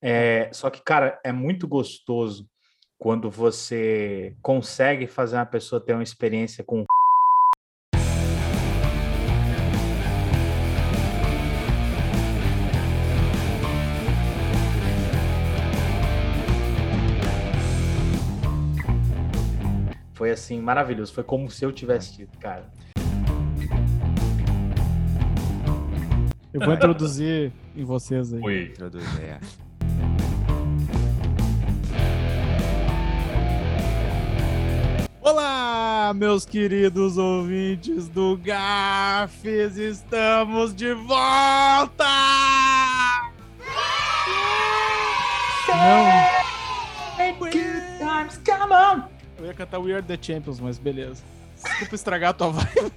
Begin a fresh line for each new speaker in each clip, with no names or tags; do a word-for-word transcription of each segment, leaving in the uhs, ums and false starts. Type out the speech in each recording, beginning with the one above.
É, só que, cara, é muito gostoso quando você consegue fazer uma pessoa ter uma experiência com Foi assim, maravilhoso. Foi como se eu tivesse dito, cara.
Eu vou introduzir em vocês aí.
Oi. Introduzir, é.
Olá, meus queridos ouvintes do Gafes, estamos de volta! Não.
Good times, come on!
Eu ia cantar We Are The Champions, mas beleza. Desculpa estragar a tua vibe.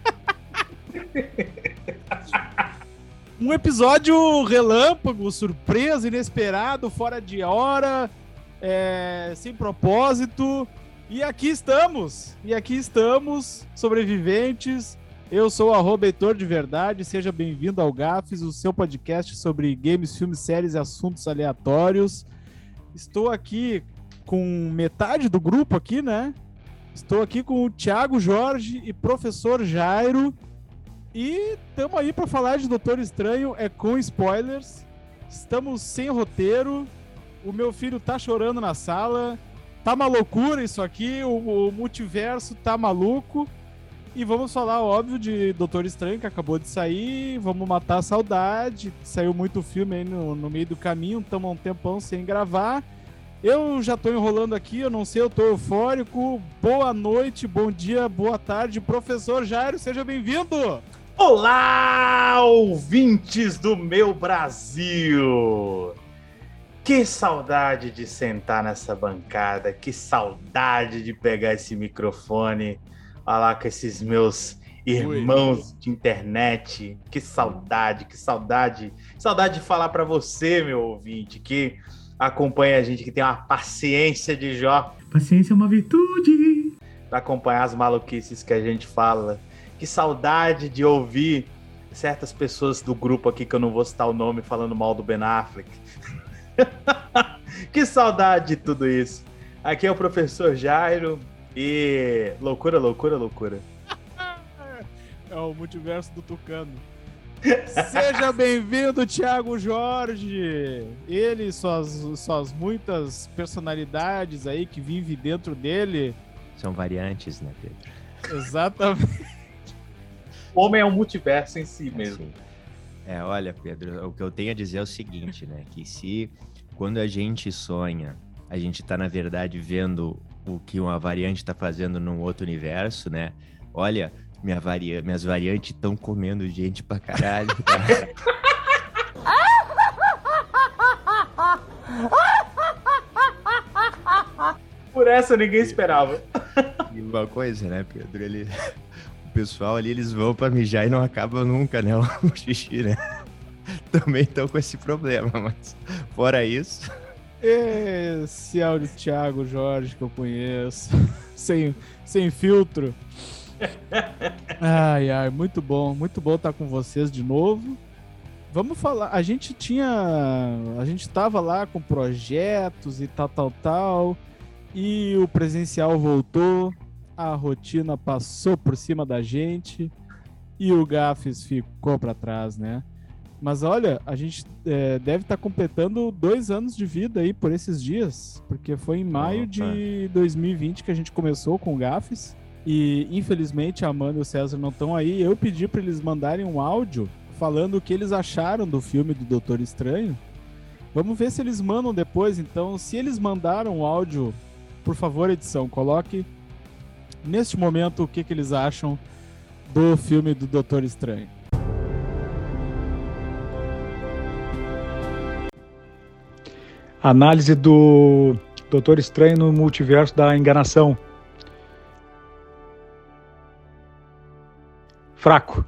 Um episódio relâmpago, surpresa, inesperado, fora de hora, é, sem propósito. E aqui estamos, e aqui estamos, sobreviventes. Eu sou o arroba Heitor de Verdade, seja bem-vindo ao Gafes, o seu podcast sobre games, filmes, séries e assuntos aleatórios. Estou aqui com metade do grupo aqui, né? Estou aqui com o Thiago Jorge e professor Jairo. E estamos aí para falar de Doutor Estranho, é com spoilers. Estamos sem roteiro. O meu filho tá chorando na sala. Tá uma loucura isso aqui, o, o multiverso tá maluco. E vamos falar, óbvio, de Doutor Estranho, que acabou de sair. Vamos matar a saudade. Saiu muito filme aí no, no meio do caminho, estamos há um tempão sem gravar. Eu já tô enrolando aqui, eu não sei, eu tô eufórico. Boa noite, bom dia, boa tarde. Professor Jairo, seja bem-vindo!
Olá, ouvintes do meu Brasil! Que saudade de sentar nessa bancada, que saudade de pegar esse microfone, falar com esses meus irmãos Ui. de internet. Que saudade, que saudade. Saudade de falar para você, meu ouvinte, que acompanha a gente, que tem uma paciência de Jó.
Paciência é uma virtude.
Para acompanhar as maluquices que a gente fala. Que saudade de ouvir certas pessoas do grupo aqui, que eu não vou citar o nome, falando mal do Ben Affleck. Que saudade de tudo isso. Aqui é o professor Jairo e loucura, loucura, loucura.
É o multiverso do Tucano. Seja bem-vindo, Thiago Jorge. Ele e suas, suas muitas personalidades aí que vivem dentro dele.
São variantes, né, Pedro?
Exatamente.
O homem é um multiverso em si mesmo.
Assim. É, olha, Pedro, o que eu tenho a dizer é o seguinte, né? Que se quando a gente sonha, a gente tá, na verdade, vendo o que uma variante tá fazendo num outro universo, né? Olha, minha varia... minhas variantes estão comendo gente pra caralho. Tá?
Por essa ninguém esperava.
E uma coisa, né, Pedro? Ele... O pessoal ali, eles vão pra mijar e não acaba nunca, né? O xixi, né? Também estão com esse problema, mas fora isso...
Esse é o Thiago Jorge que eu conheço. sem, sem filtro. Ai, ai, muito bom. Muito bom estar com vocês de novo. Vamos falar... A gente tinha... A gente tava lá com projetos e tal, tal, tal. E o presencial voltou. A rotina passou por cima da gente. E o Gafes ficou para trás, né? Mas olha, a gente é, deve estar tá completando dois anos de vida aí por esses dias, porque foi em maio Opa. de dois mil e vinte que a gente começou com o Gafes, e infelizmente a Amanda e o César não estão aí. Eu pedi para eles mandarem um áudio falando o que eles acharam do filme do Doutor Estranho. Vamos ver se eles mandam depois, então. Se eles mandaram o áudio, por favor, edição, coloque neste momento o que, que eles acham do filme do Doutor Estranho.
Análise do Doutor Estranho no Multiverso da Enganação. Fraco.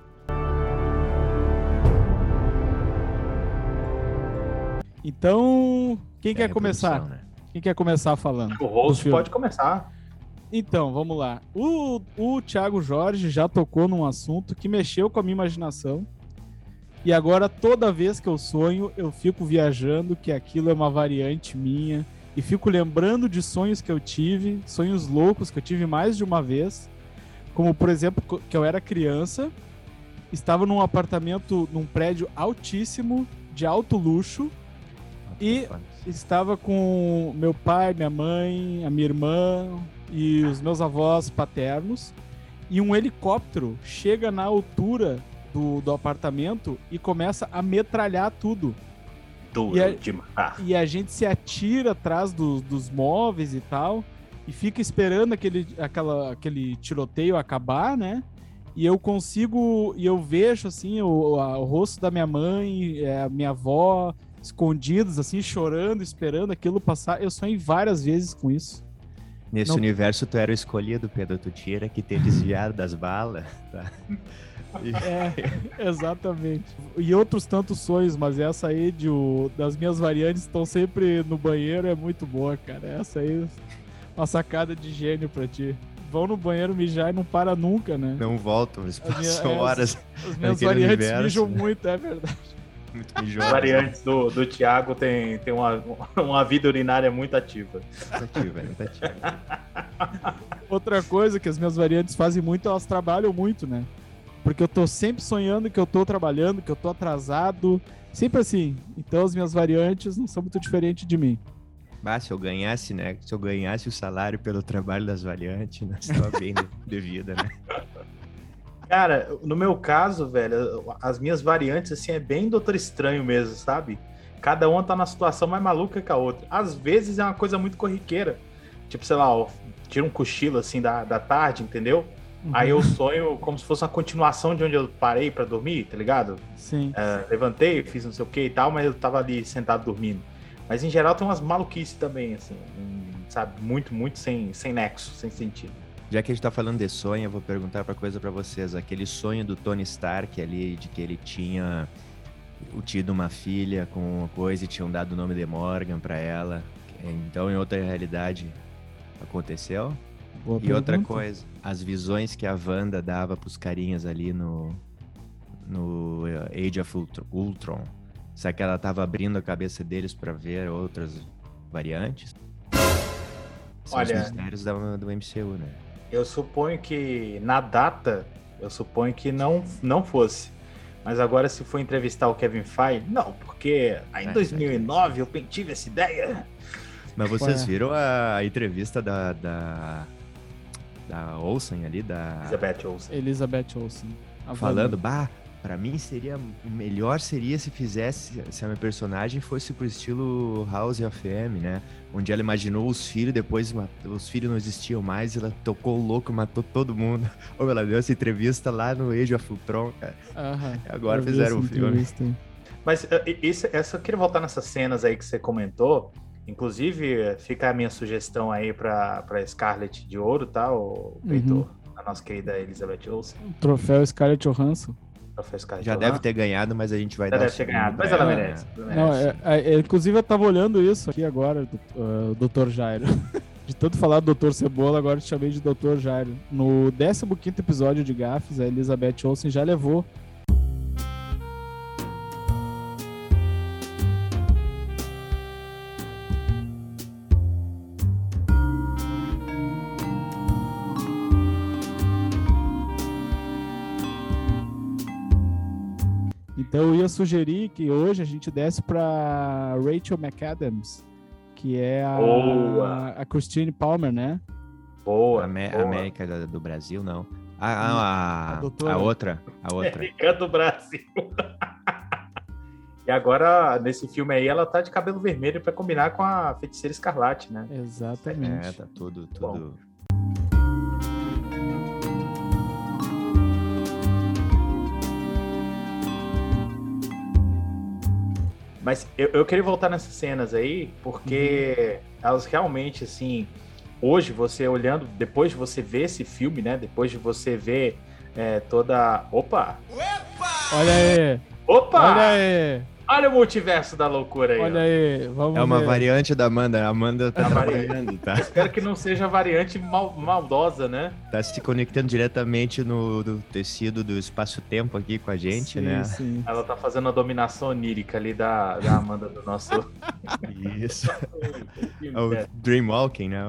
Então, quem é, quer começar?
Produção, né?
Quem quer começar falando?
O host pode começar.
Então, vamos lá. O, o Thiago Jorge já tocou num assunto que mexeu com a minha imaginação, E agora, toda vez que eu sonho, eu fico viajando que aquilo é uma variante minha. E fico lembrando de sonhos que eu tive, sonhos loucos que eu tive mais de uma vez. Como, por exemplo, que eu era criança, estava num apartamento, num prédio altíssimo, de alto luxo. E estava com meu pai, minha mãe, a minha irmã e os meus avós paternos. E um helicóptero chega na altura do, do apartamento e começa a metralhar tudo.
Duro
E a,
de matar.
e a gente se atira atrás do, dos móveis e tal, e fica esperando aquele, aquela, aquele tiroteio acabar, né? E eu consigo, e eu vejo assim o, a, o rosto da minha mãe, é, a minha avó, escondidos, assim, chorando, esperando aquilo passar. Eu sonhei várias vezes com isso.
Nesse
Não.
universo, tu era o escolhido, Pedro. Tu tinha que ter desviado das balas. Tá? E-
É, exatamente. E outros tantos sonhos, mas essa aí de, o, das minhas variantes estão sempre no banheiro, é muito boa, cara. Essa aí, uma sacada de gênio pra ti. Vão no banheiro mijar e não para nunca, né?
Não voltam, eles
As minhas-
passam
é,
horas
As minhas
naquele
variantes
universo,
mijam
né?
muito, é verdade.
muito
As
mijosos.
variantes do, do Thiago tem, tem uma, uma vida urinária muito ativa.
Tentativa, tentativa.
Outra coisa que as minhas variantes fazem muito, elas trabalham muito, né? Porque eu tô sempre sonhando que eu tô trabalhando, que eu tô atrasado. Sempre assim. Então as minhas variantes não são muito diferentes de mim.
Ah, se eu ganhasse, né? Se eu ganhasse o salário pelo trabalho das variantes, né? Estava bem de, de vida, né?
Cara, no meu caso, velho, as minhas variantes, assim, é bem Doutor Estranho mesmo, sabe? Cada uma tá na situação mais maluca que a outra. Às vezes é uma coisa muito corriqueira. Tipo, sei lá, ó, tira um cochilo, assim, da, da tarde, entendeu?
Uhum.
Aí eu sonho como se fosse uma continuação de onde eu parei pra dormir, tá ligado?
Sim.
É, levantei, fiz não sei o que e tal, mas eu tava ali sentado dormindo. Mas em geral tem umas maluquices também, assim, hum, sabe? Muito, muito sem, sem nexo, sem sentido.
Já que a gente tá falando de sonho, eu vou perguntar pra coisa pra vocês. Aquele sonho do Tony Stark ali, de que ele tinha tido uma filha com uma coisa e tinham dado o nome de Morgan pra ela. Então, em outra realidade, aconteceu?
Boa
E outra
pergunta.
coisa, as visões que a Wanda dava pros carinhas ali no, no eh, Age of Ultr- Ultron, será que ela tava abrindo a cabeça deles pra ver outras variantes? São
Olha-
os mistérios da, do M C U, né?
Eu suponho que na data, eu suponho que não, não fosse. Mas agora, se for entrevistar o Kevin Feige, não, porque aí em
É,
dois mil e nove eu tive essa ideia.
Mas vocês
Ué.
viram a, a entrevista da, da, da Olsen ali, da,
Elizabeth Olsen.
Elizabeth Olsen. A
falando,
Wanda.
bah, pra mim seria, o melhor seria se fizesse, se a minha personagem fosse pro estilo House of M, né? Onde ela imaginou os filhos, depois mat- os filhos não existiam mais, ela tocou o louco, matou todo mundo. Ou ela deu essa entrevista lá no Age of Ultron, cara.
Aham.
Agora
Eu vi
fizeram
essa
o filme.
entrevista aí.
Mas uh, isso, essa, eu queria voltar nessas cenas aí que você comentou. Inclusive, fica a minha sugestão aí pra, pra Scarlett de Ouro, tá? O
Uhum.
Peitor, a nossa querida Elizabeth Olsen.
Troféu Scarlett Johansson.
Troféu Scarlett
Já
Johansson.
deve ter ganhado, mas a gente vai
Já
dar
deve
o
ter
segundo
ganhado,
pra
mas ela
ela.
merece. ela
Não,
merece.
é, é, inclusive eu tava olhando isso aqui agora, do, uh, doutor Jairo. De tanto falar do doutor Cebola, agora eu te chamei de doutor Jairo. No décimo quinto episódio de Gafes, a Elizabeth Olsen já levou. Então eu ia sugerir que hoje a gente desse pra Rachel McAdams, que é a,
Boa.
a Christine Palmer, né?
Boa,
Amé-
boa.
América do, do Brasil, não. A, a, a,
A doutora.
a outra, a outra.
América do Brasil. E agora, nesse filme aí, ela tá de cabelo vermelho pra combinar com a Feiticeira Escarlate, né?
Exatamente.
É, tá tudo,
Bom.
tudo.
Mas eu, eu queria voltar nessas cenas aí, porque elas realmente, assim, hoje você olhando, depois de você ver esse filme, né? Depois de você ver é, toda. Opa!
Olha aí,
Opa!
olha aí.
Olha o multiverso da loucura aí.
Olha
ó.
aí, vamos
É uma
ver.
variante da Amanda. A Amanda tá
É a
trabalhando, tá?
Espero que não seja variante mal- maldosa, né?
Tá se conectando diretamente no, no tecido do espaço-tempo aqui com a gente,
sim,
né?
Sim.
Ela tá fazendo a dominação onírica ali da, da Amanda do nosso.
Isso. É o Dreamwalking, né?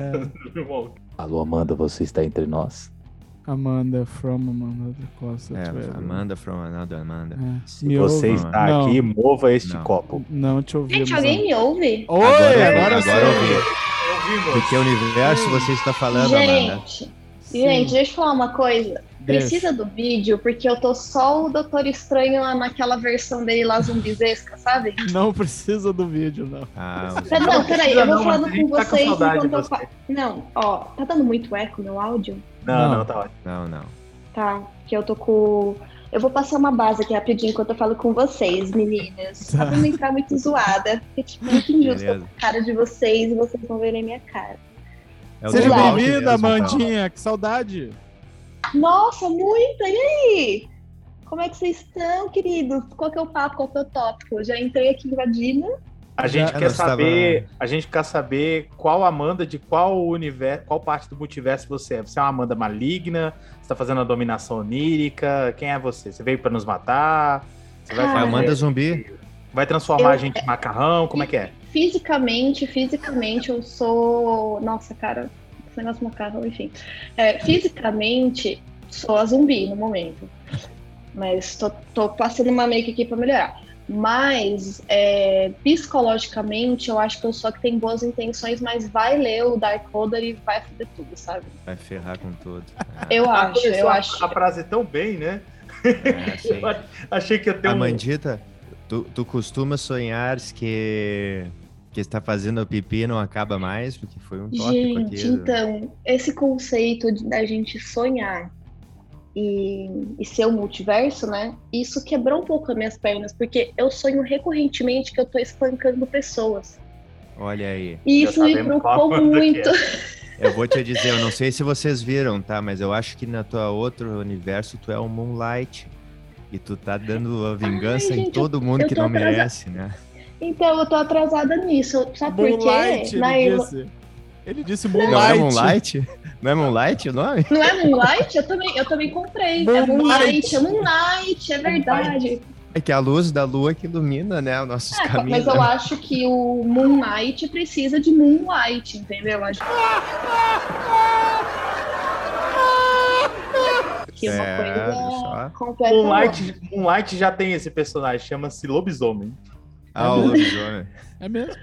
É,
Alô, Amanda, você está entre nós?
Amanda from Amanda da Costa.
É,
Trevor.
Amanda from another Amanda.
É.
Se
Me
você
ouve?
está
Não.
aqui, mova este
Não.
copo.
Não te ouvimos.
Gente, alguém me ouve?
Oi,
Agora
agora,
ouvi, agora
sim.
ouvi.
Ouvimos.
De que universo você está falando, Amanda?
Gente,
Sim.
gente, deixa eu falar uma coisa.
Deixa.
Precisa do vídeo, porque eu tô só o Doutor Estranho lá naquela versão dele lá zumbizesca, sabe?
Não precisa do vídeo, não.
Ah, os-
Pera- Não, peraí, eu vou
Não,
falando
mas a gente
com
tá com
vocês
saudade
enquanto
de
eu
você.
falo. Não, ó, tá dando muito eco meu áudio?
Não,
Não.
não, tá ótimo.
não, não.
Tá, que eu tô com. Eu vou passar uma base aqui rapidinho enquanto eu falo com vocês, meninas. Só pra não entrar muito zoada, porque tipo, é muito injusto
Beleza.
a cara de vocês e vocês vão verem minha cara.
É o
Seja
Olá.
Dreamwalking
bem-vinda,
mesmo, então.
Amandinha. Que saudade.
Nossa, muito! E aí? Como é que vocês estão, queridos? Qual que é o papo? Qual que é o tópico? Já entrei aqui invadindo.
A gente
Já-
quer
nós tava-
saber, a gente quer saber qual Amanda de qual universo, qual parte do multiverso você é. Você é uma Amanda maligna? Você tá fazendo a dominação onírica? Quem é você? Você veio pra nos matar? Você vai
Cara,
É a
fazer-
Amanda zumbi.
vai transformar
Eu-
a gente em macarrão? Como é que é?
Fisicamente, fisicamente eu sou. Nossa, cara, esse negócio macarrão, enfim. É, fisicamente, sou a zumbi no momento. Mas tô, tô passando uma make aqui pra melhorar. Mas é, psicologicamente, eu acho que eu sou que tem boas intenções, mas vai ler o Dark Holder e vai foder tudo, sabe?
Vai ferrar com tudo.
Eu
Ah,
acho,
começou
eu
a-
acho.
A frase tão bem, né?
É, sim.
Eu achei que ia ter um...
Amandita, tu, tu costuma sonhar que, que está fazendo pipi e não acaba mais? Porque foi um tópico
Gente,
aqui.
então, esse conceito de, da gente sonhar e, e ser um multiverso, né? Isso quebrou um pouco as minhas pernas, porque eu sonho recorrentemente que eu tô espancando pessoas.
Olha aí.
E
Já
isso me
sabemos qual
preocupou
banda que
muito.
é.
Eu vou te dizer, eu não sei se vocês viram, tá? Mas eu acho que na tua outro universo tu é o Moonlight. E tu tá dando a vingança
Ai,
em
gente,
todo mundo
eu
que
tô
não
atrasada.
merece, né?
Então, eu tô atrasada nisso. Sabe por
Moonlight,
quê? Na
ele
Irla-
disse. Ele disse
Não é
Moonlight.
Moonlight? Não é Moonlight o nome?
Não é Moonlight? Eu também, eu também comprei. É Moonlight, é Moonlight, é verdade.
É que é a luz da lua que ilumina, né, os nossos
É,
caminhos.
mas eu
né?
acho que o Moonlight precisa de Moonlight, entendeu? Acho que é uma
É,
coisa
só.
completa.
Moonlight, Moonlight já tem esse personagem, chama-se Lobisomem.
Ah, o lobisomem.
É mesmo?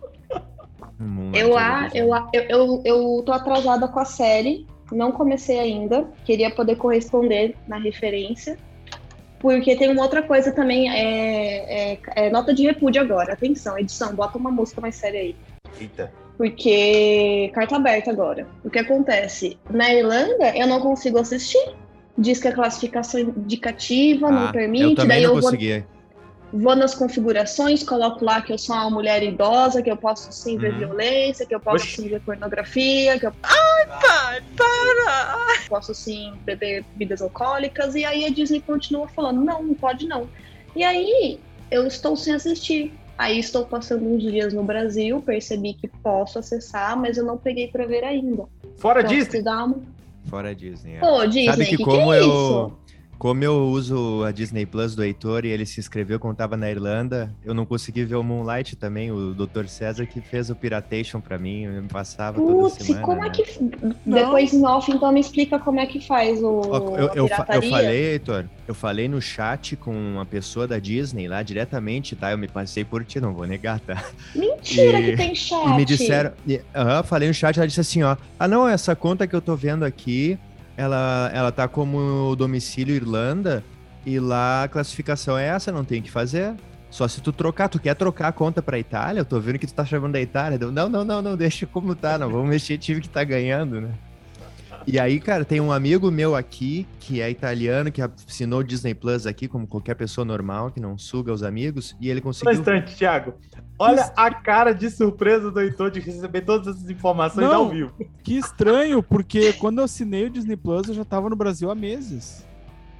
Moonlight
Eu,
é
a,
lobisomem.
eu, a- eu, eu, eu tô atrasada com a série, não comecei ainda, queria poder corresponder na referência, porque tem uma outra coisa também, é, é- é nota de repúdio agora, atenção, edição, bota uma música mais séria aí.
Eita.
Porque carta aberta agora. O que acontece? Na Irlanda, eu não consigo assistir. Diz que a classificação indicativa não
Ah,
permite.
eu também
daí
não
eu vou,
consegui.
vou nas configurações, coloco lá que eu sou uma mulher idosa, que eu posso sim ver
Uhum.
violência, que eu posso
Oxi.
sim ver pornografia, que eu. Ai, pai, para! Posso sim beber bebidas alcoólicas. E aí a Disney continua falando: não, não pode não. E aí eu estou sem assistir. Aí estou passando uns dias no Brasil, percebi que posso acessar, mas eu não peguei pra ver ainda.
Fora
Então,
Disney.
se dá uma...
Fora Disney. é.
Pô, Disney,
Sabe que,
que,
como
que é
eu
isso?
como eu uso a Disney Plus do Heitor e ele se inscreveu quando tava na Irlanda, eu não consegui ver o Moonlight também, o doutor César que fez o Piratation pra mim, eu me passava toda
Putz, e
semana.
como
né?
é que... Depois em off, então me explica como é que faz o
Ó, Eu,
a
eu, fa- eu
pirataria.
falei, Heitor, eu falei no chat com uma pessoa da Disney lá diretamente, tá? Eu me passei por ti, não vou negar, tá?
Mentira
E-
que tem chat.
E me disseram, e, aham, falei no chat, ela disse assim, ó, ah não, essa conta que eu tô vendo aqui, ela, ela tá como domicílio Irlanda, e lá a classificação é essa, não tem o que fazer. Só se tu trocar, tu quer trocar a conta pra Itália? Eu tô vendo que tu tá chamando da Itália. Eu, não, não, não, não, deixa como tá, não vamos mexer, time que tá ganhando, né? E aí, cara, tem um amigo meu aqui, que é italiano, que assinou o Disney Plus aqui, como qualquer pessoa normal, que não suga os amigos, e ele
Só um
conseguiu...
instante, Thiago. Olha a cara de surpresa do Heitor de receber todas essas informações
Não.
ao vivo.
Que estranho, porque quando eu assinei o Disney Plus, eu já tava no Brasil há meses.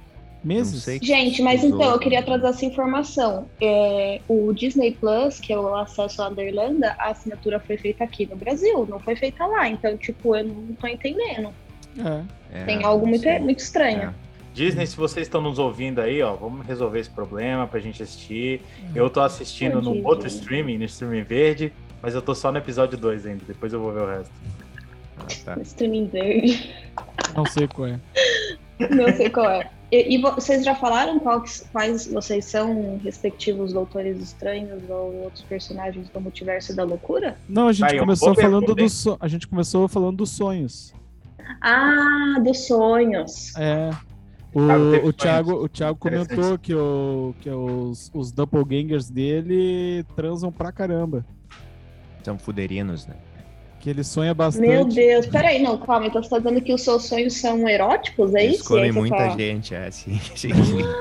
Meses?
Não sei.
Gente, mas
Usou.
então, eu queria trazer essa informação. É, o Disney Plus, que é o acesso à Irlanda, a assinatura foi feita aqui no Brasil, não foi feita lá. Então, tipo, eu não tô entendendo.
É.
É,
Tem algo
não
muito,
sei.
muito estranho.
É.
Disney, se vocês estão nos ouvindo aí, ó, vamos resolver esse problema pra gente assistir. Eu tô assistindo
Ô,
no
Disney.
outro streaming, no streaming verde, mas eu tô só no episódio dois ainda, depois eu vou ver o resto.
Ah, tá.
Streaming verde.
Não sei qual é.
Não sei qual é. E, e vo- vocês já falaram quais, quais vocês são respectivos Doutores Estranhos ou outros personagens do Multiverso da Loucura?
Não, a gente
Aí, ó,
começou
boa
falando
pergunta, hein?
dos so... a gente começou falando dos sonhos.
Ah, dos sonhos.
É.
Thiago teve
O, o
sonhos
Thiago, o Thiago
interessantes.
comentou que, o, que os, os doppelgangers dele transam pra caramba.
São fuderinos, né?
Que ele sonha bastante.
Meu Deus, peraí, não, calma, então você tá dizendo que os seus sonhos são eróticos, é
Eles
isso?
comem
É isso que
muita
tá-
gente, é, sim. sim.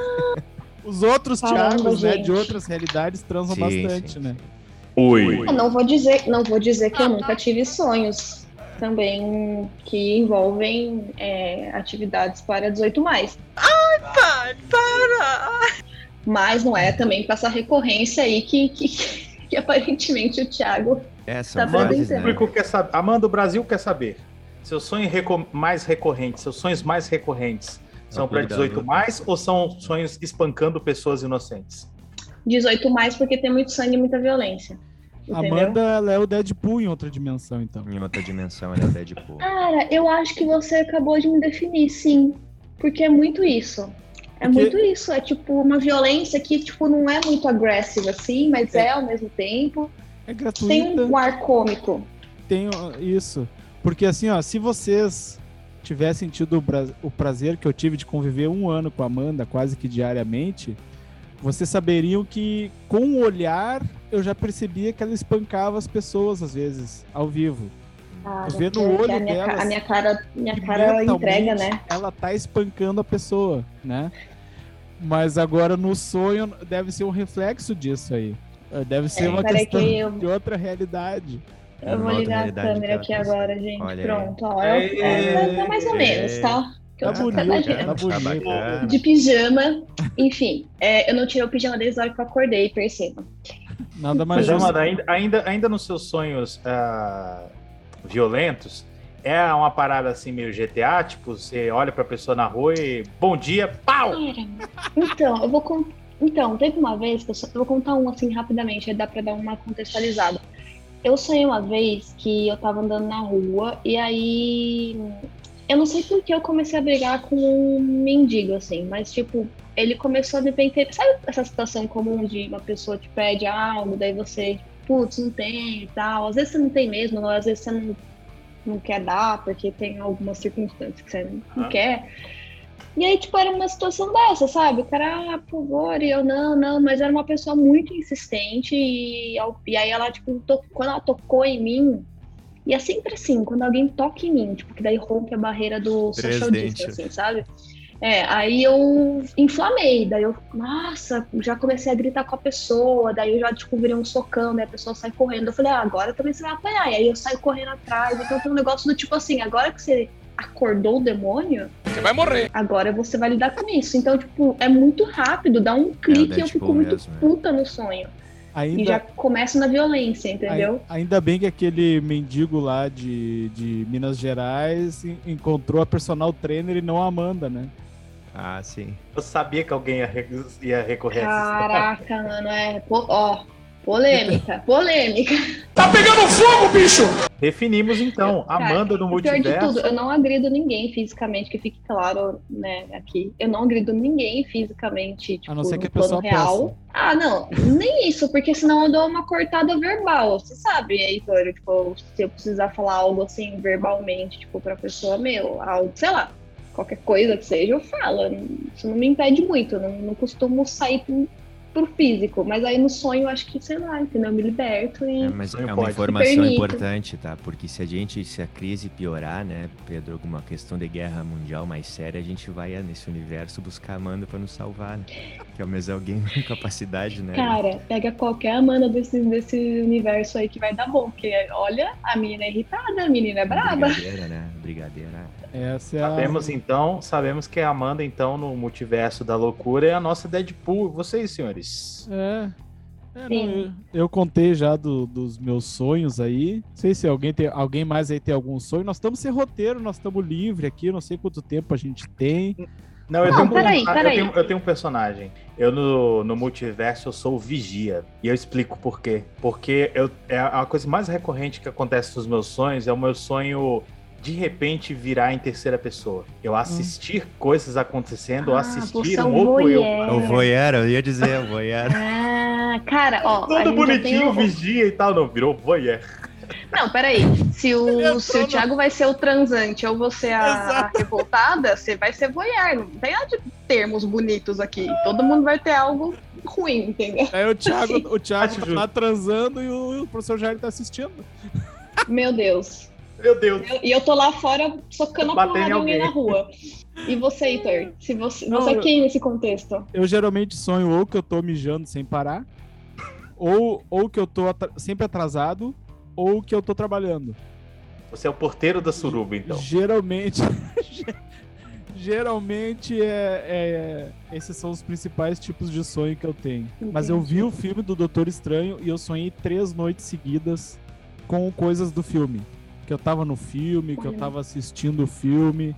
Os outros
Caramba,
Thiagos, né,
gente.
de outras realidades, transam
Sim,
bastante,
sim,
né?
sim.
Oi.
Eu não vou dizer, não vou dizer que eu nunca tive sonhos também que envolvem é, atividades para dezoito mais. Ai, pai, para! Mas não é também com essa recorrência aí que, que, que aparentemente o Thiago
É, são
Tá
Amanda, o
fases, né?
público quer saber. Amanda, o Brasil quer saber. Seus sonhos reco- mais recorrentes, seus sonhos mais recorrentes são
Não,
para
cuidado.
dezoito mais ou são sonhos espancando pessoas inocentes?
dezoito mais porque tem muito sangue e muita violência. Entendeu?
Amanda, ela é o Deadpool em outra dimensão, então.
Em outra dimensão, ele é o Deadpool.
Cara, eu acho que você acabou de me definir, sim. Porque é muito isso. É
Porque-
muito isso. É tipo uma violência que tipo, não é muito agressiva assim, mas é,
É.
ao mesmo tempo.
É
Tem
gratuita.
um ar cômico.
Tem ó, isso. Porque assim, ó, se vocês tivessem tido o, bra- o prazer que eu tive de conviver um ano com a Amanda, quase que diariamente, vocês saberiam que com o olhar eu já percebia que ela espancava as pessoas às vezes, ao vivo.
Ah,
Vê no
que
olho
a minha,
dela,
ca- a minha cara, minha
que
cara
mentalmente
entrega, né?
Ela tá espancando a pessoa, né? Mas agora no sonho deve ser um reflexo disso aí. Deve ser
É,
uma
peraí
questão
que eu-
de outra realidade.
Eu
Uma
vou
outra
ligar a
realidade
câmera
que
aqui
ela
agora,
consegue.
gente.
Olha aí.
Pronto, ó. É, é, tá mais ou menos, tá? Que eu
Tá
tô
bonito,
imagina.
tá bonito.
bacana.
De pijama, enfim. É, eu não tirei o pijama desde a hora que eu acordei, perceba.
Nada mais
Mas,
justo.
Amanda, ainda, ainda, ainda nos seus sonhos ah, violentos, é uma parada assim meio G T A? Tipo, você olha pra pessoa na rua e bom dia, pau!
Então, eu vou con- Então, teve uma vez que eu, só... eu vou contar um assim rapidamente, aí dá pra dar uma contextualizada. Eu sonhei uma vez que eu tava andando na rua e aí eu não sei por que eu comecei a brigar com um mendigo, assim, mas tipo, ele começou a me pentear. Sabe essa situação comum de uma pessoa te pede algo, daí você, putz, não tem e tal. Às vezes você não tem mesmo, ou às vezes você não, não quer dar porque tem algumas circunstâncias que você não, não
Ah.
quer. E aí, tipo, era uma situação dessa, sabe? O cara, ah, por favor, e eu, não, não, mas era uma pessoa muito insistente e, ao- e aí ela, tipo, to- quando ela tocou em mim, e é sempre assim, quando alguém toca em mim, tipo, que daí rompe a barreira do
Três
social
dentes.
distancing, sabe? É, aí eu inflamei, daí eu, nossa, já comecei a gritar com a pessoa, daí eu já, tipo, virei um socão, daí a pessoa sai correndo. Eu falei, ah, agora também você vai apanhar. E aí eu saio correndo atrás, então tem um negócio do tipo assim, agora que você acordou o demônio,
Você vai morrer.
agora você vai lidar com isso. Então, tipo, é muito rápido, dá um clique e eu
Deadpool
fico muito
mesmo, né?
puta no sonho.
Ainda,
E já começa na violência, entendeu?
ai- ainda bem que aquele mendigo lá de, de Minas Gerais en- encontrou a personal trainer e não a Amanda, né?
Ah, sim.
Eu sabia que alguém ia, re- ia recorrer a essa história.
Caraca, mano, é. po- Ó, polêmica, polêmica.
Tá pegando fogo, bicho!
Definimos então,
Cara,
Amanda no
o pior de
multiverso.
tudo, eu não agrido ninguém fisicamente, que fique claro, né, aqui. Eu não agrido ninguém fisicamente, tipo,
A não ser que
no
a pessoa
plano real. Ah, não, nem isso, porque senão eu dou uma cortada verbal. Você sabe, Heitor, tipo, se eu precisar falar algo assim verbalmente, tipo, pra pessoa, meu, algo, sei lá, qualquer coisa que seja, eu falo. Isso não me impede muito, eu não, não costumo sair pro, pro físico, mas aí no sonho eu acho que, sei lá, entendeu? Eu me liberto e.
É, mas
Sonho
é uma
pode.
informação
Permite.
importante, tá? Porque se a gente, se a crise piorar, né, Pedro, alguma questão de guerra mundial mais séria, a gente vai nesse universo buscar a Amanda pra nos salvar, né? Que é o mesmo alguém com capacidade, né?
Cara, pega qualquer Amanda desse, desse universo aí que vai dar bom. Porque, olha, a menina é irritada, a menina é braba.
Brigadeira, né? Brigadeira.
Essa é a...
Sabemos então, sabemos que a Amanda, então, no multiverso da loucura é a nossa Deadpool. Vocês, senhores?
É. É, não,
Sim.
eu, eu contei já do- dos meus sonhos aí. Não sei se alguém, tem, alguém mais aí tem algum sonho. Nós estamos sem roteiro, nós estamos livre aqui. Não sei quanto tempo a gente tem.
Não, eu,
Não,
tenho, um
peraí,
persona-
peraí.
eu, tenho, eu tenho um personagem. Eu, no, no multiverso, eu sou o Vigia. E eu explico por quê. Porque eu, é a coisa mais recorrente que acontece nos meus sonhos é o meu sonho, de repente, virar em terceira pessoa. Eu assistir coisas acontecendo, ou
Ah,
assistir
você é
um
um
outro eu.
voyeur.
É o voyeur, eu ia dizer, o voyeur.
Ah, cara, ó. a
Todo
gente já
bonitinho,
tem o-
Vigia e tal. Não, virou voyeur.
Não, peraí. Se o, se o Thiago vai ser o transante ou você a, a
Exato.
revoltada, você vai ser voyeur. Não tem nada de termos bonitos aqui. Todo mundo vai ter algo ruim, entendeu?
Aí o Thiago, o Thiago
Acho
tá
justo.
lá transando e o, o professor Jair tá assistindo.
Meu Deus.
Meu Deus.
Eu- E eu tô lá fora socando a
Batendo
porrada
em
em alguém
alguém.
na rua. E você, Heitor? Se você,
Não,
você
eu-
é quem nesse contexto?
Eu geralmente sonho ou que eu tô mijando sem parar, ou, ou que eu tô atra- sempre atrasado, ou que eu tô trabalhando.
Você é o porteiro da suruba, então.
Geralmente. Geralmente é, é- esses são os principais tipos de sonho que eu tenho. Mas eu vi o filme do Doutor Estranho e eu sonhei três noites seguidas com coisas do filme. Que eu tava no filme, que eu
Olha.
tava assistindo o filme.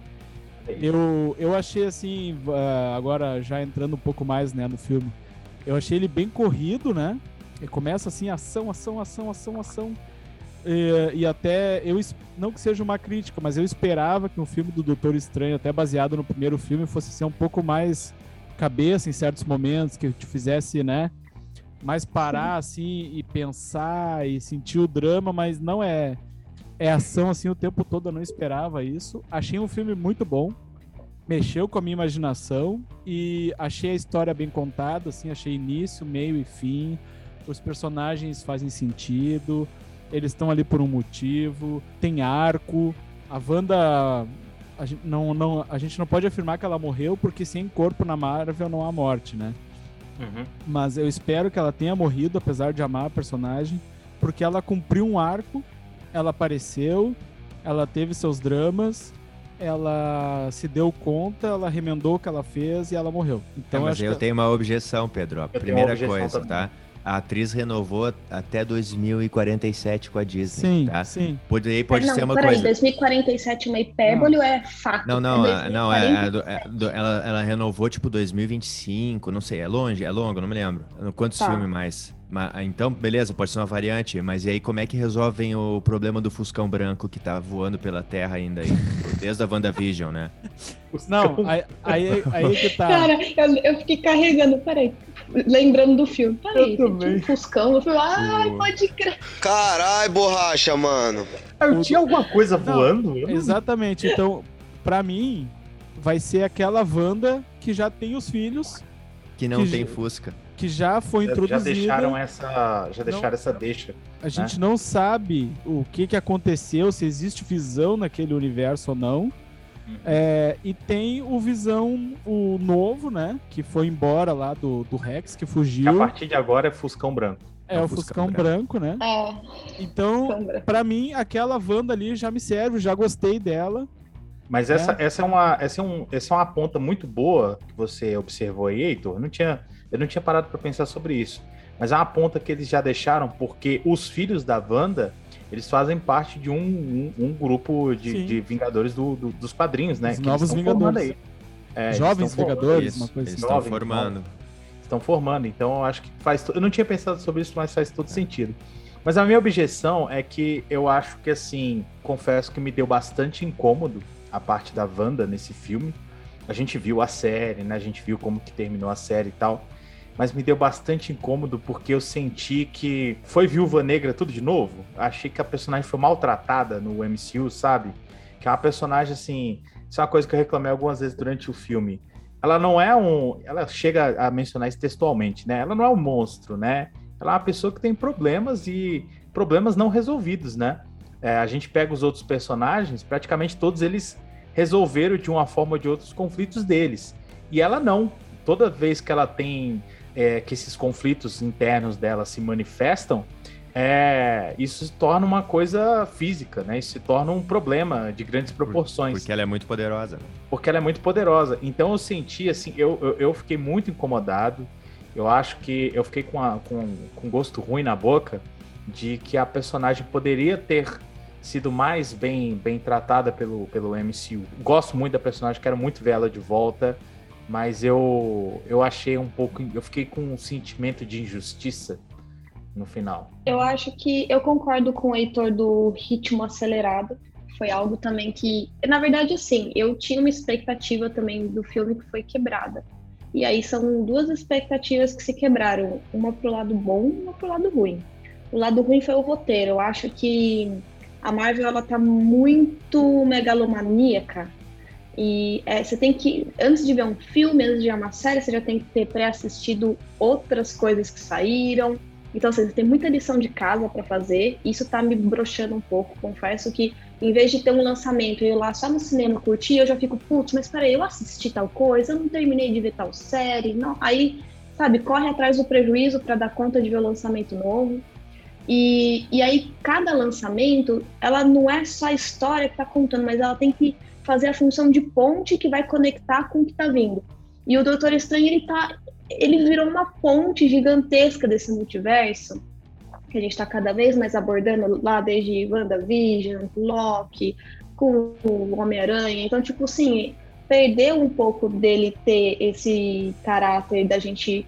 Eu, eu achei assim, ah, agora já entrando um pouco mais, né, no filme, eu achei ele bem corrido, né? Ele começa assim, ação, ação, ação, ação, ação. E, e até, eu es- não que seja uma crítica, mas eu esperava que um filme do Doutor Estranho, até baseado no primeiro filme, fosse ser um pouco mais cabeça em certos momentos, que te fizesse, né, mais parar assim e pensar e sentir o drama, mas não é é ação assim o tempo todo, eu não esperava isso. Achei um filme muito bom, mexeu com a minha imaginação e achei a história bem contada, assim, achei início, meio e fim. Os personagens fazem sentido, eles estão ali por um motivo, tem arco. A Wanda, a gente não, não, a gente não pode afirmar que ela morreu, porque sem corpo na Marvel não há morte, né?
Uhum.
Mas eu espero que ela tenha morrido, apesar de amar a personagem, porque ela cumpriu um arco, ela apareceu, ela teve seus dramas, ela se deu conta, ela remendou o que ela fez e ela morreu. Então
É, mas
acho
eu
que...
tenho uma objeção, Pedro. A
tenho
primeira
uma objeção
coisa,
também.
tá? A atriz renovou até dois mil e quarenta e sete com a Disney,
Sim,
tá?
sim.
Pode, pode
não,
ser uma
peraí,
coisa.
dois mil e quarenta e sete é uma hipérbole ou é fato?
Não, não,
é
é, não, é, é
dois mil e quarenta e sete.
do- é do- ela, ela renovou tipo dois mil e vinte e cinco, não sei, é longe, é longo, não me lembro. Quantos
Tá.
filmes mais? Mas, então, beleza, pode ser uma variante, mas e aí como é que resolvem o problema do Fuscão Branco que tá voando pela Terra ainda aí? Desde a WandaVision, né?
Não, aí, aí, aí que tá.
Cara, eu, eu fiquei carregando, peraí, lembrando do filme. Peraí,
Eu
tinha
também.
um Fuscão no filme. Ai,
O-
pode crer.
Carai, borracha, mano.
Ah, eu tinha alguma coisa
Não,
voando? Eu não-
Exatamente. Então, pra mim, vai ser aquela Wanda que já tem os filhos,
Que não
Que
tem
já-
Fusca.
que já foi
Já- Já
introduzida.
deixaram essa, já deixaram essa deixa.
A gente não sabe o que, que aconteceu, se existe visão naquele universo ou não. É, e tem o Visão, o novo, né? Que foi embora lá do, do Rex, que
Que a
fugiu.
partir de agora é Fuscão Branco.
É
É
o
o
Fuscão
Fuscão
branco, né?
É,
Então,
câmera.
pra mim, aquela Wanda ali já me serve, já gostei dela.
Mas essa, essa, é uma, essa, é um, essa é uma ponta muito boa que você observou aí, Heitor. Eu não tinha, eu não tinha parado para pensar sobre isso. Mas é uma ponta que eles já deixaram, porque os filhos da Wanda, eles fazem parte de um, um, um grupo
Sim.
de, de Vingadores do, do- dos quadrinhos, né?
Os
que
novos
eles estão formando
Vingadores.
aí. É, eles
Jovens
estão formando-
Vingadores,
Isso,
uma coisa
eles
assim.
estão
Jovens,
formando.
Estão formando, então eu acho que faz. to- Eu não tinha pensado sobre isso, mas faz todo sentido. Mas a minha objeção é que eu acho que, assim, confesso que me deu bastante incômodo a parte da Wanda nesse filme. A gente viu a série, né? A gente viu como que terminou a série e tal. Mas me deu bastante incômodo porque eu senti que foi Viúva Negra tudo de novo. Achei que a personagem foi maltratada no M C U, sabe? Que é uma personagem, assim... Isso é uma coisa que eu reclamei algumas vezes durante o filme. Ela não é um... Ela chega a mencionar isso textualmente, né? Ela não é um monstro, né? Ela é uma pessoa que tem problemas e problemas não resolvidos, né? É, a gente pega os outros personagens, praticamente todos eles resolveram de uma forma ou de outra os conflitos deles. E ela não. toda vez que ela tem, é, que esses conflitos internos dela se manifestam, é, isso se torna uma coisa física, né? Isso se torna um problema de grandes proporções.
Porque ela é muito poderosa. Né?
Porque ela é muito poderosa. Então eu senti, assim, eu, eu, eu fiquei muito incomodado. Eu acho que eu fiquei com, a, com, com gosto ruim na boca de que a personagem poderia ter sido mais bem, bem tratada pelo, pelo M C U. Gosto muito da personagem, quero muito ver ela de volta, mas eu, eu achei um pouco... Eu fiquei com um sentimento de injustiça no final.
Eu acho que eu concordo com o Heitor do ritmo acelerado. Foi algo também que... Na verdade, assim, eu tinha uma expectativa também do filme que foi quebrada. E aí são duas expectativas que se quebraram. Uma pro lado bom e uma pro lado ruim. O lado ruim foi o roteiro. Eu acho que a Marvel, ela tá muito megalomaníaca. E é, você tem que, antes de ver um filme, antes de ver uma série, você já tem que ter pré-assistido outras coisas que saíram. Então, assim, você tem muita lição de casa para fazer. Isso tá me broxando um pouco. Confesso que, em vez de ter um lançamento e eu ir lá só no cinema curtir, eu já fico, putz, mas peraí, eu assisti tal coisa, eu não terminei de ver tal série. Não. Aí, sabe, corre atrás do prejuízo para dar conta de ver o lançamento novo. E, e aí, cada lançamento, ela não é só a história que tá contando, mas ela tem que fazer a função de ponte que vai conectar com o que tá vindo. E o Doutor Estranho, ele tá... ele virou uma ponte gigantesca desse multiverso, que a gente está cada vez mais abordando lá desde WandaVision, Loki, com o Homem-Aranha. Então, tipo assim, perdeu um pouco dele ter esse caráter da gente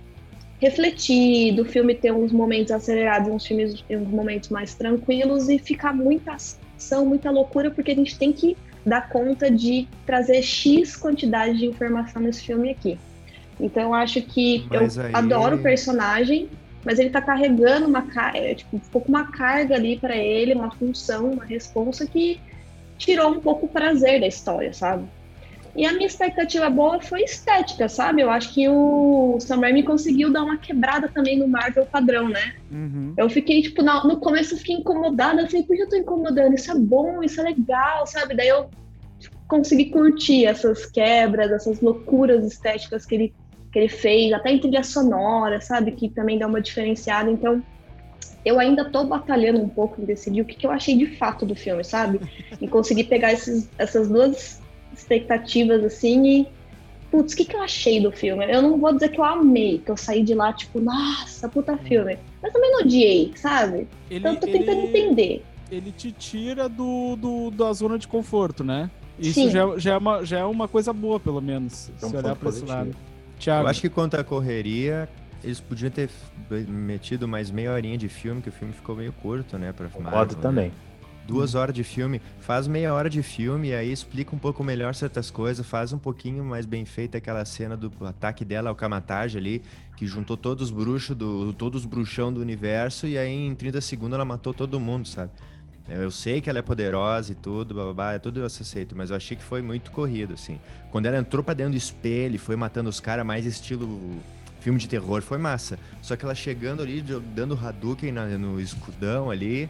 refletir, do filme ter uns momentos acelerados, uns filmes, uns momentos mais tranquilos e ficar muita ação, muita loucura, porque a gente tem que dar conta de trazer X quantidade de informação nesse filme aqui. Então eu acho que
mas
eu
aí...
adoro o personagem, mas ele tá carregando uma carga, tipo, ficou com uma carga ali pra ele, uma função, uma responsa que tirou um pouco o prazer da história, sabe? E a minha expectativa boa foi estética, sabe? Eu acho que o Sam Raimi conseguiu dar uma quebrada também no Marvel padrão, né?
Uhum.
Eu fiquei, tipo, no, no começo eu fiquei incomodada, eu falei, por que eu tô incomodando? Isso é bom, isso é legal, sabe? Daí eu consegui curtir essas quebras, essas loucuras estéticas que ele que ele fez, até em trilha sonora, sabe, que também dá uma diferenciada. Então, eu ainda tô batalhando um pouco em decidir o que, que eu achei de fato do filme, sabe? E conseguir pegar esses, essas duas expectativas, assim, e... Putz, o que, que eu achei do filme? Eu não vou dizer que eu amei, que eu saí de lá, tipo, nossa, puta filme. Mas também não odiei, sabe?
Ele,
então, eu tô tentando
ele,
entender.
Ele te tira do, do, da zona de conforto, né? Isso
Sim.
já, já, é uma, já é uma coisa boa, pelo menos,
É um
se olhar
ponto
pra esse
positivo.
lado. Thiago.
Eu acho que quanto à correria, eles podiam ter metido mais meia horinha de filme, que o filme ficou meio curto, né? Pra
Concordo
Marvel,
também.
Né? Duas horas de filme, faz meia hora de filme e aí explica um pouco melhor certas coisas, faz um pouquinho mais bem feita aquela cena do ataque dela ao Kamar-Taj ali, que juntou todos os bruxos, do, todos os bruxão do universo, e aí em trinta segundos ela matou todo mundo, sabe? Eu sei que ela é poderosa e tudo, bababá, é tudo eu aceito, mas eu achei que foi muito corrido, assim. Quando ela entrou pra dentro do espelho e foi matando os caras mais estilo filme de terror, foi massa. Só que ela chegando ali, dando Hadouken na, no escudão ali,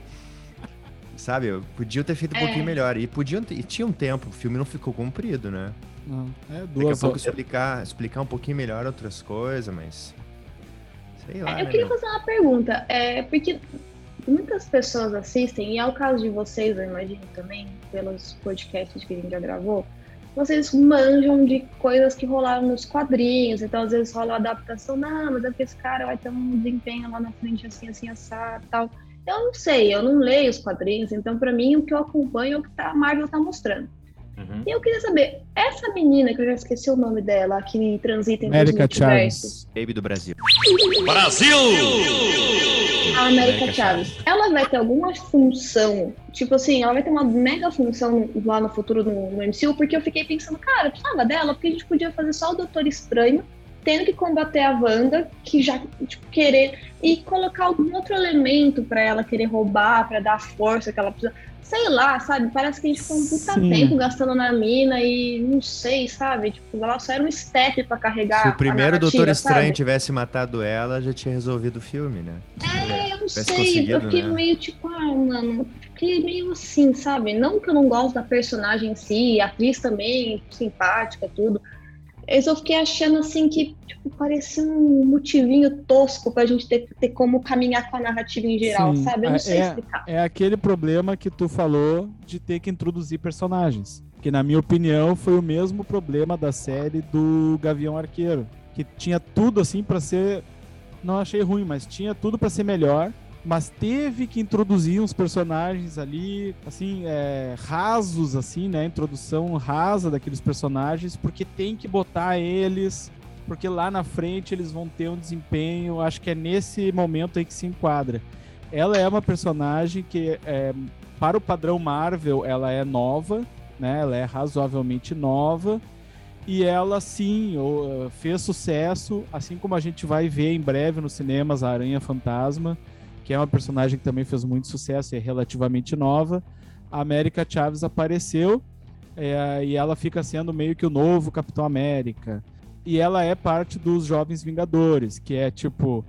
sabe? Eu podia ter feito um
É.
pouquinho melhor. E, podiam ter, e tinha um tempo, o filme não ficou comprido, né?
Não, é
Daqui a
duas
pouco
horas.
explicar, explicar um pouquinho melhor outras coisas, mas... Sei lá,
É, eu
né,
queria
meu?
fazer uma pergunta, é, porque muitas pessoas assistem, e é o caso de vocês, eu imagino também, pelos podcasts que a gente já gravou, vocês manjam de coisas que rolaram nos quadrinhos, então às vezes rola a adaptação, não, mas é porque esse cara vai ter um desempenho lá na frente assim, assim, assado, tal. Eu não sei, eu não leio os quadrinhos, então pra mim o que eu acompanho é o que a Marvel tá mostrando.
Uhum.
E eu queria saber, essa menina, que eu já esqueci o nome dela, que transita entre
América
os multiversos,
Chaves.
Baby do Brasil.
a América
América
Chaves, ela vai ter alguma função, tipo assim, ela vai ter uma mega função lá no futuro no, no M C U, porque eu fiquei pensando, cara, precisava dela, porque a gente podia fazer só o Doutor Estranho, tendo que combater a Wanda, que já, tipo, querer, e colocar algum outro elemento pra ela querer roubar, pra dar a força que ela precisa. Sei lá, sabe? Parece que a gente ficou um puta
Sim.
tempo gastando na mina e não sei, sabe? Tipo, ela só era um step pra carregar
Se o primeiro
a narrativa,
Doutor Estranho
sabe?
tivesse matado ela, já tinha resolvido o filme, né?
É, eu não
Tivesse
sei,
conseguido,
eu fiquei
né?
meio tipo, ah, mano, fiquei meio assim, sabe? Não que eu não gosto da personagem em si, a atriz também, simpática, tudo. Esse eu fiquei achando assim que tipo, parecia um motivinho tosco pra gente ter, ter como caminhar com a narrativa em geral,
Sim,
sabe? Eu não
é,
sei
é-
explicar.
É aquele problema que tu falou de ter que introduzir personagens. Que, na minha opinião, foi o mesmo problema da série do Gavião Arqueiro. Que tinha tudo, assim, pra ser... Não achei ruim, mas tinha tudo pra ser melhor. Mas teve que introduzir uns personagens ali, assim, é, rasos, assim, né? Introdução rasa daqueles personagens, porque tem que botar eles... Porque lá na frente eles vão ter um desempenho... Acho que é nesse momento aí que se enquadra. Ela é uma personagem que, é, para o padrão Marvel, ela é nova, né? Ela é razoavelmente nova. E ela, sim, o- fez sucesso, assim como a gente vai ver em breve nos cinemas a Aranha Fantasma, que é uma personagem que também fez muito sucesso e é relativamente nova. A América Chaves apareceu, é, e ela fica sendo meio que o novo Capitão América. E ela é parte dos Jovens Vingadores, que é tipo